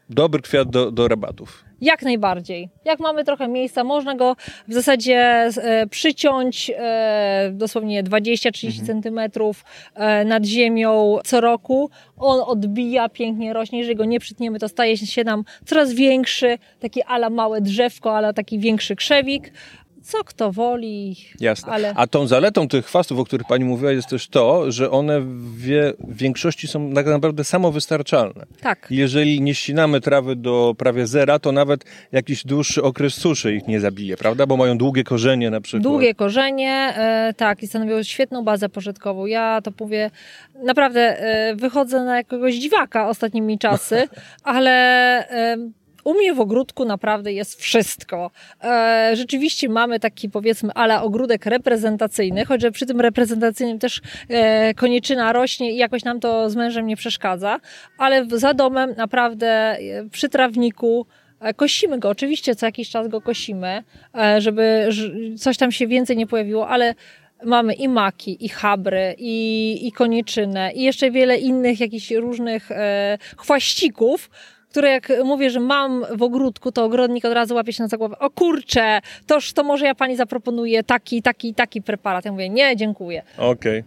dobry kwiat do rabatów. Jak najbardziej. Jak mamy trochę miejsca, można go w zasadzie przyciąć dosłownie 20-30 centymetrów nad ziemią co roku. On odbija, pięknie rośnie. Jeżeli go nie przytniemy, to staje się nam coraz większy, taki ala małe drzewko, ala taki większy krzewik. Co kto woli. Jasne. Ale... A tą zaletą tych chwastów, o których pani mówiła, jest też to, że one w większości są tak naprawdę samowystarczalne. Tak. Jeżeli nie ścinamy trawy do prawie zera, to nawet jakiś dłuższy okres suszy ich nie zabije, prawda? Bo mają długie korzenie na przykład. Długie korzenie, tak, i stanowią świetną bazę pożytkową. Ja to mówię, naprawdę wychodzę na jakiegoś dziwaka ostatnimi czasy, ale... U mnie w ogródku naprawdę jest wszystko. Rzeczywiście mamy taki, powiedzmy, ala ogródek reprezentacyjny, choć że przy tym reprezentacyjnym też koniczyna rośnie i jakoś nam to z mężem nie przeszkadza, ale za domem naprawdę przy trawniku kosimy go. Oczywiście co jakiś czas go kosimy, żeby coś tam się więcej nie pojawiło, ale mamy i maki, i chabry, i koniczynę, i jeszcze wiele innych jakichś różnych chwaścików, które jak mówię, że mam w ogródku, to ogrodnik od razu łapie się na za głowę. O kurczę, to może ja pani zaproponuję taki preparat. Ja mówię, nie, dziękuję. Okej.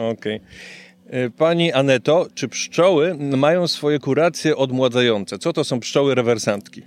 Pani Aneto, czy pszczoły mają swoje kuracje odmładzające? Co to są pszczoły rewersantki?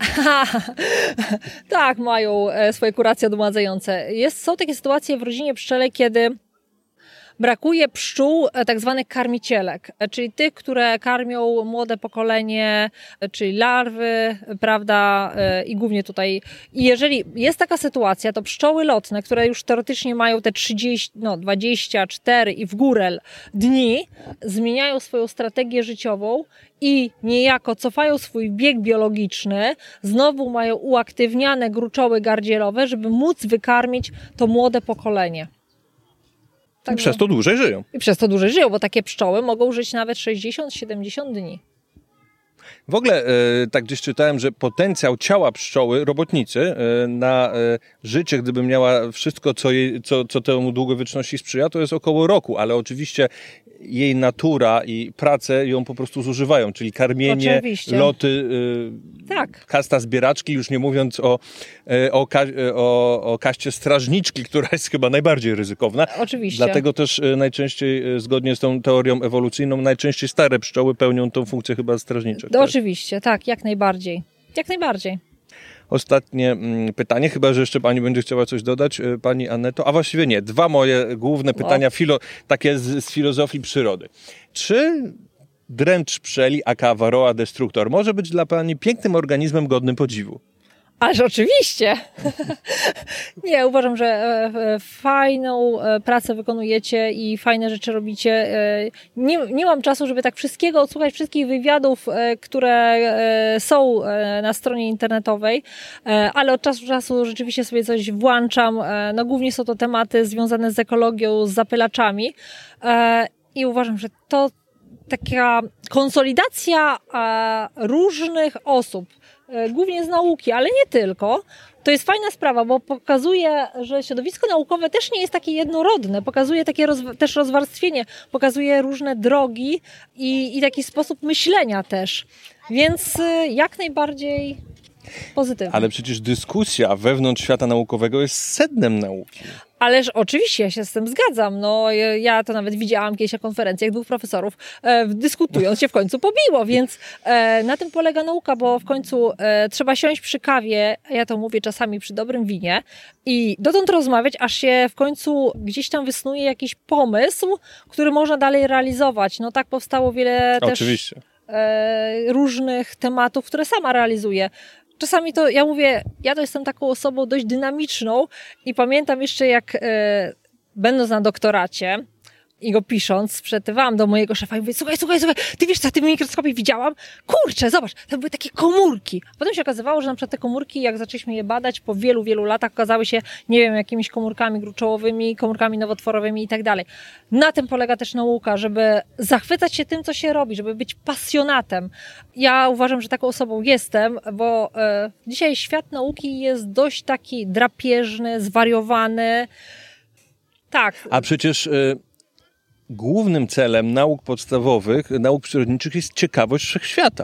Tak, mają swoje kuracje odmładzające. Są takie sytuacje w rodzinie pszczelej, kiedy brakuje pszczół tak zwanych karmicielek, czyli tych, które karmią młode pokolenie, czyli larwy, prawda, i głównie tutaj. I jeżeli jest taka sytuacja, to pszczoły lotne, które już teoretycznie mają te 24 i w górę dni, zmieniają swoją strategię życiową i niejako cofają swój bieg biologiczny, znowu mają uaktywniane gruczoły gardzielowe, żeby móc wykarmić to młode pokolenie. I przez to dłużej żyją. I przez to dłużej żyją, bo takie pszczoły mogą żyć nawet 60-70 dni. W ogóle tak gdzieś czytałem, że potencjał ciała pszczoły, robotnicy, na życie, gdyby miała wszystko, co temu długowieczności sprzyja, to jest około roku, ale oczywiście jej natura i prace ją po prostu zużywają, czyli karmienie, oczywiście. loty, tak. Kasta zbieraczki, już nie mówiąc o kaście strażniczki, która jest chyba najbardziej ryzykowna. Oczywiście. Dlatego też najczęściej, zgodnie z tą teorią ewolucyjną, najczęściej stare pszczoły pełnią tą funkcję chyba strażniczek. Tak? Oczywiście, tak, jak najbardziej. Jak najbardziej. Ostatnie pytanie, chyba że jeszcze pani będzie chciała coś dodać, pani Aneto, a właściwie nie, dwa moje główne pytania, takie z filozofii przyrody. Czy dręcz pszczeli, aka Varroa destructor, może być dla pani pięknym organizmem godnym podziwu? Ależ oczywiście. Nie, uważam, że fajną pracę wykonujecie i fajne rzeczy robicie. Nie mam czasu, żeby tak wszystkiego odsłuchać, wszystkich wywiadów, które są na stronie internetowej, ale od czasu do czasu rzeczywiście sobie coś włączam. No głównie są to tematy związane z ekologią, z zapylaczami i uważam, że to taka konsolidacja różnych osób, głównie z nauki, ale nie tylko. To jest fajna sprawa, bo pokazuje, że środowisko naukowe też nie jest takie jednorodne. Pokazuje takie też rozwarstwienie, pokazuje różne drogi i taki sposób myślenia też. Więc jak najbardziej pozytywnie. Ale przecież dyskusja wewnątrz świata naukowego jest sednem nauki. Ależ oczywiście, ja się z tym zgadzam. No, ja to nawet widziałam kiedyś na konferencjach dwóch profesorów, dyskutując się w końcu pobiło, więc na tym polega nauka, bo w końcu trzeba siąść przy kawie, ja to mówię czasami przy dobrym winie i dotąd rozmawiać, aż się w końcu gdzieś tam wysnuje jakiś pomysł, który można dalej realizować. No tak powstało wiele oczywiście. Też różnych tematów, które sama realizuję. Czasami to, ja mówię, ja to jestem taką osobą dość dynamiczną i pamiętam jeszcze jak będąc na doktoracie i go pisząc, sprzedawałam do mojego szefa i mówię, słuchaj, ty wiesz co, ja w tym mikroskopie widziałam? Kurczę, zobacz, to były takie komórki. Potem się okazywało, że na przykład te komórki, jak zaczęliśmy je badać, po wielu, wielu latach okazały się, nie wiem, jakimiś komórkami gruczołowymi, komórkami nowotworowymi i tak dalej. Na tym polega też nauka, żeby zachwycać się tym, co się robi, żeby być pasjonatem. Ja uważam, że taką osobą jestem, bo dzisiaj świat nauki jest dość taki drapieżny, zwariowany. Tak. A przecież głównym celem nauk podstawowych, nauk przyrodniczych jest ciekawość wszechświata.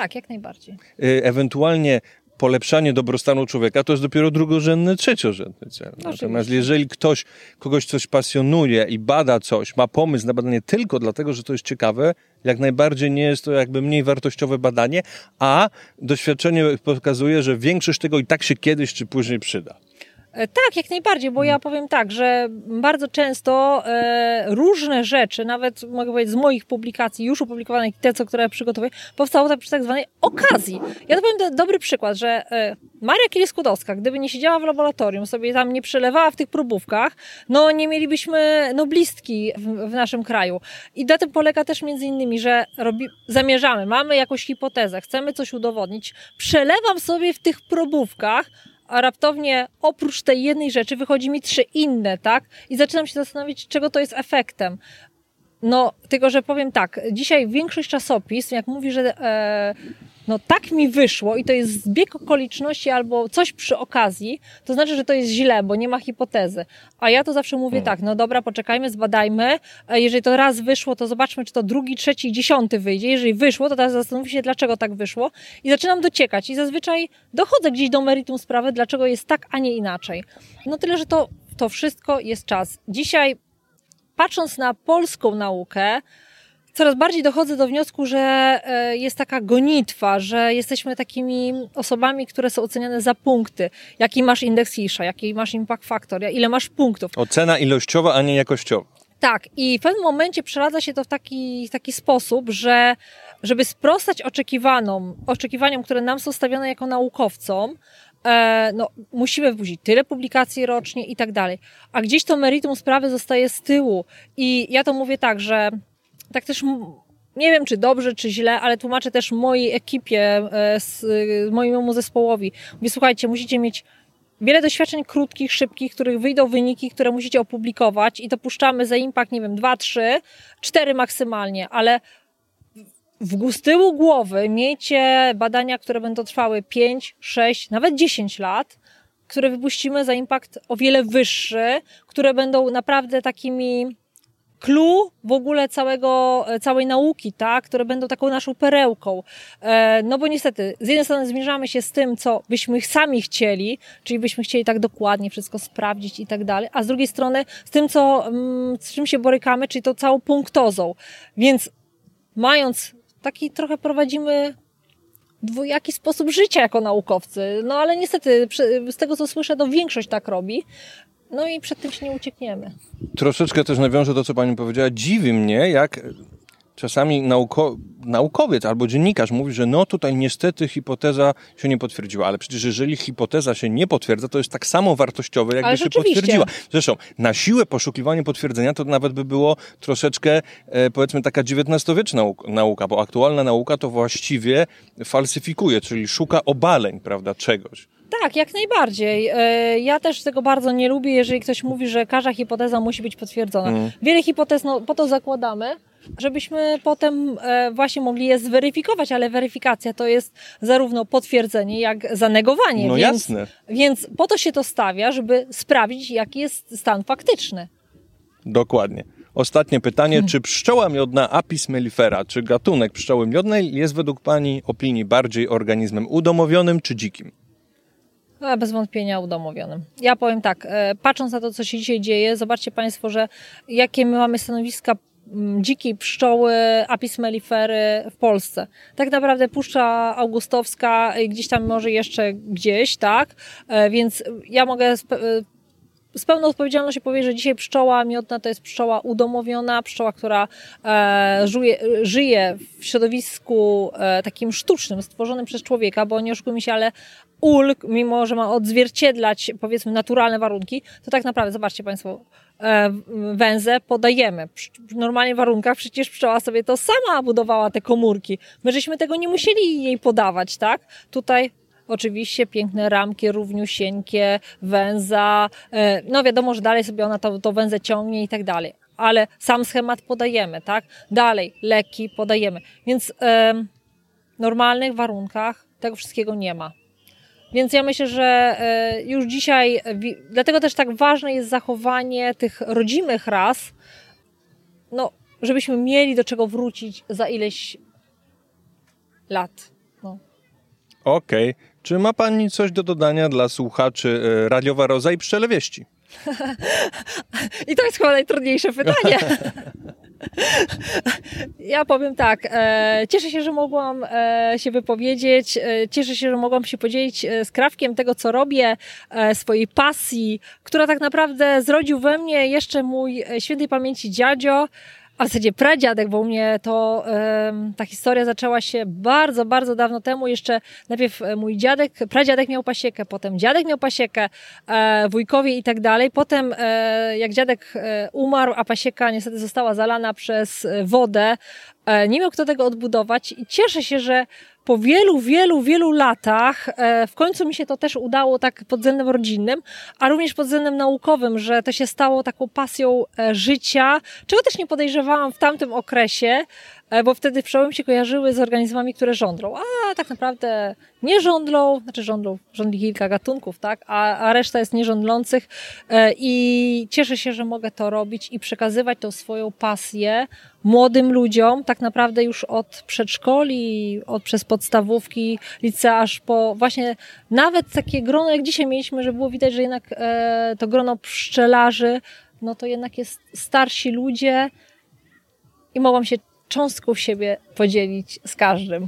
Tak, jak najbardziej. Ewentualnie polepszanie dobrostanu człowieka to jest dopiero drugorzędny, trzeciorzędny cel. Natomiast jeżeli kogoś coś pasjonuje i bada coś, ma pomysł na badanie tylko dlatego, że to jest ciekawe, jak najbardziej nie jest to jakby mniej wartościowe badanie, a doświadczenie pokazuje, że większość tego i tak się kiedyś czy później przyda. Tak, jak najbardziej, bo ja powiem tak, że bardzo często różne rzeczy, nawet mogę powiedzieć z moich publikacji, już opublikowanych, te, które przygotowuję, powstało tak przy tak zwanej okazji. Ja to powiem dobry przykład, że Maria Curie-Skłodowska, gdyby nie siedziała w laboratorium, sobie tam nie przelewała w tych próbówkach, no nie mielibyśmy noblistki w naszym kraju. I na tym polega też między innymi, że zamierzamy, mamy jakąś hipotezę, chcemy coś udowodnić, przelewam sobie w tych próbówkach, a raptownie oprócz tej jednej rzeczy wychodzi mi 3 inne, tak? I zaczynam się zastanowić, czego to jest efektem. No, tylko że powiem tak, dzisiaj większość czasopism, jak mówi, że no tak mi wyszło i to jest zbieg okoliczności albo coś przy okazji, to znaczy, że to jest źle, bo nie ma hipotezy. A ja to zawsze mówię tak, no dobra, poczekajmy, zbadajmy, jeżeli to raz wyszło, to zobaczmy, czy to 2., 3., 10. wyjdzie. Jeżeli wyszło, to teraz zastanówmy się, dlaczego tak wyszło i zaczynam dociekać i zazwyczaj dochodzę gdzieś do meritum sprawy, dlaczego jest tak, a nie inaczej. No tyle, że to wszystko jest czas. Dzisiaj, patrząc na polską naukę, coraz bardziej dochodzę do wniosku, że jest taka gonitwa, że jesteśmy takimi osobami, które są oceniane za punkty. Jaki masz indeks Hisha, jaki masz impact factor, ile masz punktów. Ocena ilościowa, a nie jakościowa. Tak, i w pewnym momencie przeradza się to w taki sposób, że żeby sprostać oczekiwaniom, które nam są stawiane jako naukowcom, no, musimy wpuścić tyle publikacji rocznie i tak dalej. A gdzieś to meritum sprawy zostaje z tyłu. I ja to mówię tak, że tak też nie wiem, czy dobrze, czy źle, ale tłumaczę też mojej ekipie, mojemu zespołowi. Mówię, słuchajcie, musicie mieć wiele doświadczeń krótkich, szybkich, których wyjdą wyniki, które musicie opublikować i to puszczamy za impact, nie wiem, 2, 3, 4 maksymalnie, ale z tyłu głowy miejcie badania, które będą trwały 5, 6, nawet 10 lat, które wypuścimy za impact o wiele wyższy, które będą naprawdę takimi clue w ogóle całej nauki, tak, które będą taką naszą perełką. No bo niestety, z jednej strony zmierzamy się z tym, co byśmy sami chcieli, czyli byśmy chcieli tak dokładnie wszystko sprawdzić i tak dalej, a z drugiej strony z tym, z czym się borykamy, czyli tą całą punktozą. Więc mając taki trochę prowadzimy dwojaki sposób życia jako naukowcy, no ale niestety z tego, co słyszę, to większość tak robi. No i przed tym się nie uciekniemy. Troszeczkę też nawiążę to, co pani powiedziała. Dziwi mnie, jak czasami naukowiec albo dziennikarz mówi, że no tutaj niestety hipoteza się nie potwierdziła, ale przecież jeżeli hipoteza się nie potwierdza, to jest tak samo wartościowe, jakby się potwierdziła. Zresztą na siłę poszukiwanie potwierdzenia to nawet by było troszeczkę, powiedzmy, taka XIX-wieczna nauka, bo aktualna nauka to właściwie falsyfikuje, czyli szuka obaleń, prawda, czegoś. Tak, jak najbardziej. Ja też tego bardzo nie lubię, jeżeli ktoś mówi, że każda hipoteza musi być potwierdzona. Wiele hipotez, no, po to zakładamy, żebyśmy potem właśnie mogli je zweryfikować, ale weryfikacja to jest zarówno potwierdzenie, jak zanegowanie. No jasne. Więc po to się to stawia, żeby sprawdzić, jaki jest stan faktyczny. Dokładnie. Ostatnie pytanie, czy pszczoła miodna Apis mellifera, czy gatunek pszczoły miodnej jest według pani opinii bardziej organizmem udomowionym czy dzikim? Bez wątpienia udomowionym. Ja powiem tak, patrząc na to, co się dzisiaj dzieje, zobaczcie państwo, że jakie my mamy stanowiska dzikiej pszczoły Apis mellifery w Polsce. Tak naprawdę Puszcza Augustowska, gdzieś tam może jeszcze gdzieś, tak? Więc ja mogę z pełną odpowiedzialnością powiedzieć, że dzisiaj pszczoła miodna to jest pszczoła udomowiona, pszczoła, która żyje w środowisku takim sztucznym, stworzonym przez człowieka, bo nie oszukujmy się, ale ul, mimo że ma odzwierciedlać, powiedzmy, naturalne warunki, to tak naprawdę, zobaczcie państwo, węzę podajemy. W normalnych warunkach przecież pszczoła sobie to sama budowała te komórki. My żeśmy tego nie musieli jej podawać, tak? Tutaj oczywiście piękne ramki, równiusieńkie, węza. No wiadomo, że dalej sobie ona to węzę ciągnie i tak dalej. Ale sam schemat podajemy, tak? Dalej leki podajemy. Więc w normalnych warunkach tego wszystkiego nie ma. Więc ja myślę, że już dzisiaj, dlatego też tak ważne jest zachowanie tych rodzimych ras, no, żebyśmy mieli do czego wrócić za ileś lat. Okej. Czy ma pani coś do dodania dla słuchaczy Radiowa Roza i Pszczele Wieści? I to jest chyba najtrudniejsze pytanie. Ja powiem tak, cieszę się, że mogłam się wypowiedzieć, cieszę się, że mogłam się podzielić z Krawkiem tego, co robię, swojej pasji, która tak naprawdę zrodził we mnie jeszcze mój świętej pamięci dziadzio, a w zasadzie pradziadek, bo u mnie to ta historia zaczęła się bardzo, bardzo dawno temu. Jeszcze najpierw mój pradziadek miał pasiekę, potem dziadek miał pasiekę, wujkowie i tak dalej. Potem jak dziadek umarł, a pasieka niestety została zalana przez wodę, nie miał kto tego odbudować i cieszę się, że po wielu latach w końcu mi się to też udało tak pod względem rodzinnym, a również pod względem naukowym, że to się stało taką pasją życia, czego też nie podejrzewałam w tamtym okresie, bo wtedy pszczoły się kojarzyły z organizmami, które żądlą, a tak naprawdę nie żądlą, znaczy żądli kilka gatunków, tak, a reszta jest nierządlących i cieszę się, że mogę to robić i przekazywać tą swoją pasję młodym ludziom, tak naprawdę już od przedszkoli, przez podstawówki, licea, aż po właśnie nawet takie grono, jak dzisiaj mieliśmy, że było widać, że jednak to grono pszczelarzy, no to jednak jest starsi ludzie i mogłam się cząstką siebie podzielić z każdym.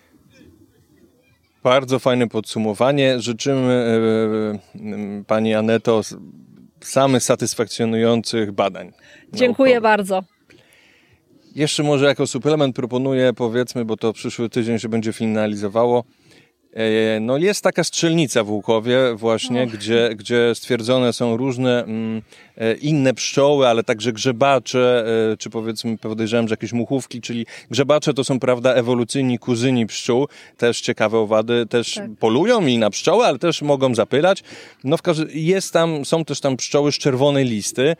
Bardzo fajne podsumowanie. Życzymy pani Aneto samych satysfakcjonujących badań. Dziękuję naukowych. bardzo. Jeszcze może jako suplement proponuję, powiedzmy, bo to przyszły tydzień się będzie finalizowało. No jest taka strzelnica w Łukowie właśnie, gdzie stwierdzone są różne inne pszczoły, ale także grzebacze, czy powiedzmy podejrzewam, że jakieś muchówki, czyli grzebacze to są, prawda, ewolucyjni kuzyni pszczół, też ciekawe owady, też polują i na pszczoły, ale też mogą zapylać. No są też tam pszczoły z czerwonej listy,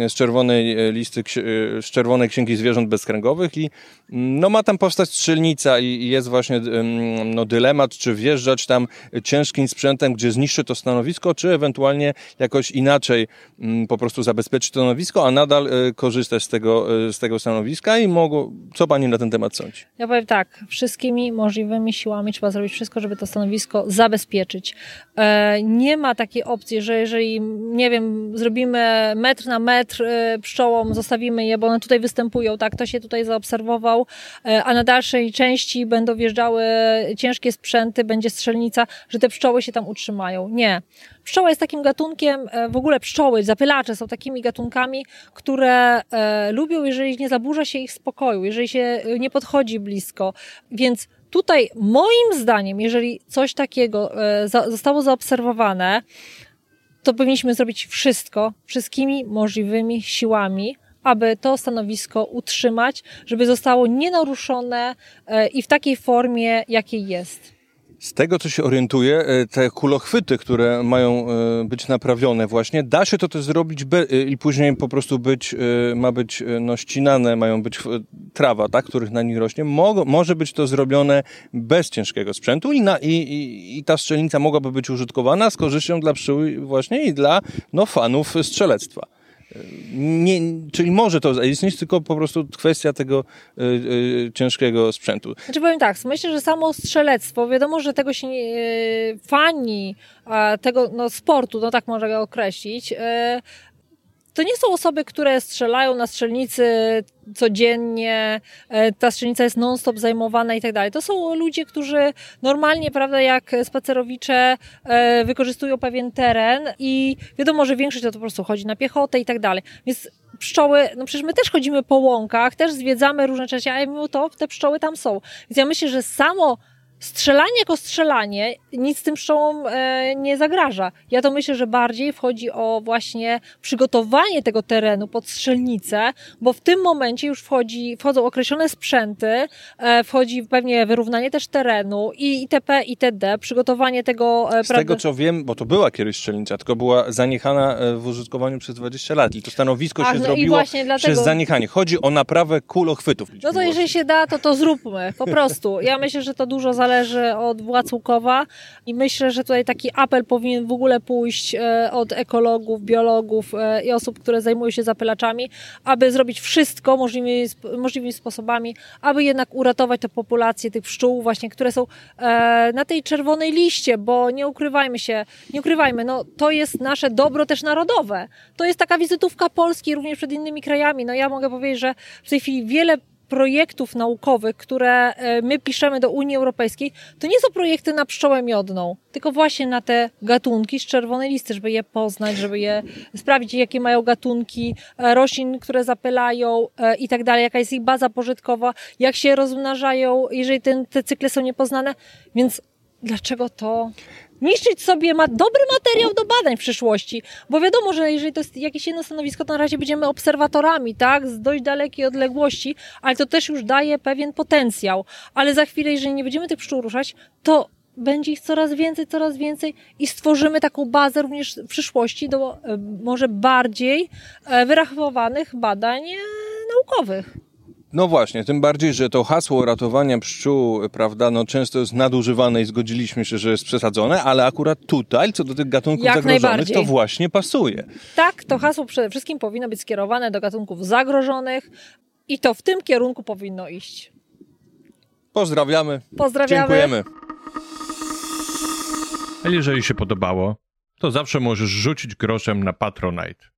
z czerwonej księgi zwierząt bezkręgowych i no ma tam powstać strzelnica i jest właśnie dylemat, czy wjeżdżać tam ciężkim sprzętem, gdzie zniszczy to stanowisko, czy ewentualnie jakoś inaczej po prostu zabezpieczyć to stanowisko, a nadal korzystać z tego stanowiska i co pani na ten temat sądzi? Ja powiem tak, wszystkimi możliwymi siłami trzeba zrobić wszystko, żeby to stanowisko zabezpieczyć. Nie ma takiej opcji, że jeżeli, nie wiem, zrobimy metr na metr pszczołom, zostawimy je, bo one tutaj występują, tak, to się tutaj zaobserwował, a na dalszej części będą wjeżdżały ciężkie sprzęty, będzie strzelnica, że te pszczoły się tam utrzymają. Nie. Pszczoła jest takim gatunkiem, w ogóle pszczoły, zapylacze są takimi gatunkami, które lubią, jeżeli nie zaburza się ich spokoju, jeżeli się nie podchodzi blisko. Więc tutaj moim zdaniem, jeżeli coś takiego zostało zaobserwowane, to powinniśmy zrobić wszystko, wszystkimi możliwymi siłami, aby to stanowisko utrzymać, żeby zostało nienaruszone i w takiej formie, jakiej jest. Z tego, co się orientuję, te kulochwyty, które mają być naprawione właśnie, da się to też zrobić i później po prostu ma być ścinane, mają być trawa, tak, których na nich rośnie. Może być to zrobione bez ciężkiego sprzętu i ta strzelnica mogłaby być użytkowana z korzyścią dla pszczół właśnie i dla fanów strzelectwa. Czyli może to istnieć, tylko po prostu kwestia tego ciężkiego sprzętu. Znaczy powiem tak, myślę, że samo strzelectwo, wiadomo, że tego się fani tego sportu, tak można go określić, to nie są osoby, które strzelają na strzelnicy codziennie, ta strzelnica jest non-stop zajmowana i tak dalej. To są ludzie, którzy normalnie, prawda, jak spacerowicze wykorzystują pewien teren i wiadomo, że większość to po prostu chodzi na piechotę i tak dalej. Więc pszczoły, przecież my też chodzimy po łąkach, też zwiedzamy różne rzeczy, a mimo to te pszczoły tam są. Więc ja myślę, że samo strzelanie jako strzelanie nic tym pszczołom nie zagraża. Ja to myślę, że bardziej wchodzi o właśnie przygotowanie tego terenu pod strzelnicę, bo w tym momencie już wchodzą określone sprzęty, wchodzi pewnie wyrównanie też terenu i itp., itd., przygotowanie tego... Z tego, co wiem, bo to była kiedyś strzelnica, tylko była zaniechana w użytkowaniu przez 20 lat i to stanowisko się zrobiło przez zaniechanie. Chodzi o naprawę kulochwytów. No to jeżeli się da, to zróbmy, po prostu. Ja myślę, że to dużo zależy zależy od władz Łukowa i myślę, że tutaj taki apel powinien w ogóle pójść od ekologów, biologów i osób, które zajmują się zapylaczami, aby zrobić wszystko możliwymi sposobami, aby jednak uratować tę populację tych pszczół właśnie, które są na tej czerwonej liście, bo nie ukrywajmy, no to jest nasze dobro też narodowe. To jest taka wizytówka Polski również przed innymi krajami. No ja mogę powiedzieć, że w tej chwili wiele projektów naukowych, które my piszemy do Unii Europejskiej, to nie są projekty na pszczołę miodną, tylko właśnie na te gatunki z czerwonej listy, żeby je poznać, żeby je sprawdzić, jakie mają gatunki roślin, które zapylają i tak dalej, jaka jest ich baza pożytkowa, jak się rozmnażają, jeżeli te cykle są niepoznane. Więc dlaczego to niszczyć sobie dobry materiał do badań w przyszłości? Bo wiadomo, że jeżeli to jest jakieś jedno stanowisko, to na razie będziemy obserwatorami, tak, z dość dalekiej odległości, ale to też już daje pewien potencjał. Ale za chwilę, jeżeli nie będziemy tych pszczół ruszać, to będzie ich coraz więcej i stworzymy taką bazę również w przyszłości do może bardziej wyrachowanych badań naukowych. No właśnie, tym bardziej, że to hasło ratowania pszczół, prawda, no często jest nadużywane i zgodziliśmy się, że jest przesadzone, ale akurat tutaj, co do tych gatunków zagrożonych, to właśnie pasuje. Tak, to hasło przede wszystkim powinno być skierowane do gatunków zagrożonych i to w tym kierunku powinno iść. Pozdrawiamy. Dziękujemy. A jeżeli się podobało, to zawsze możesz rzucić groszem na Patronite.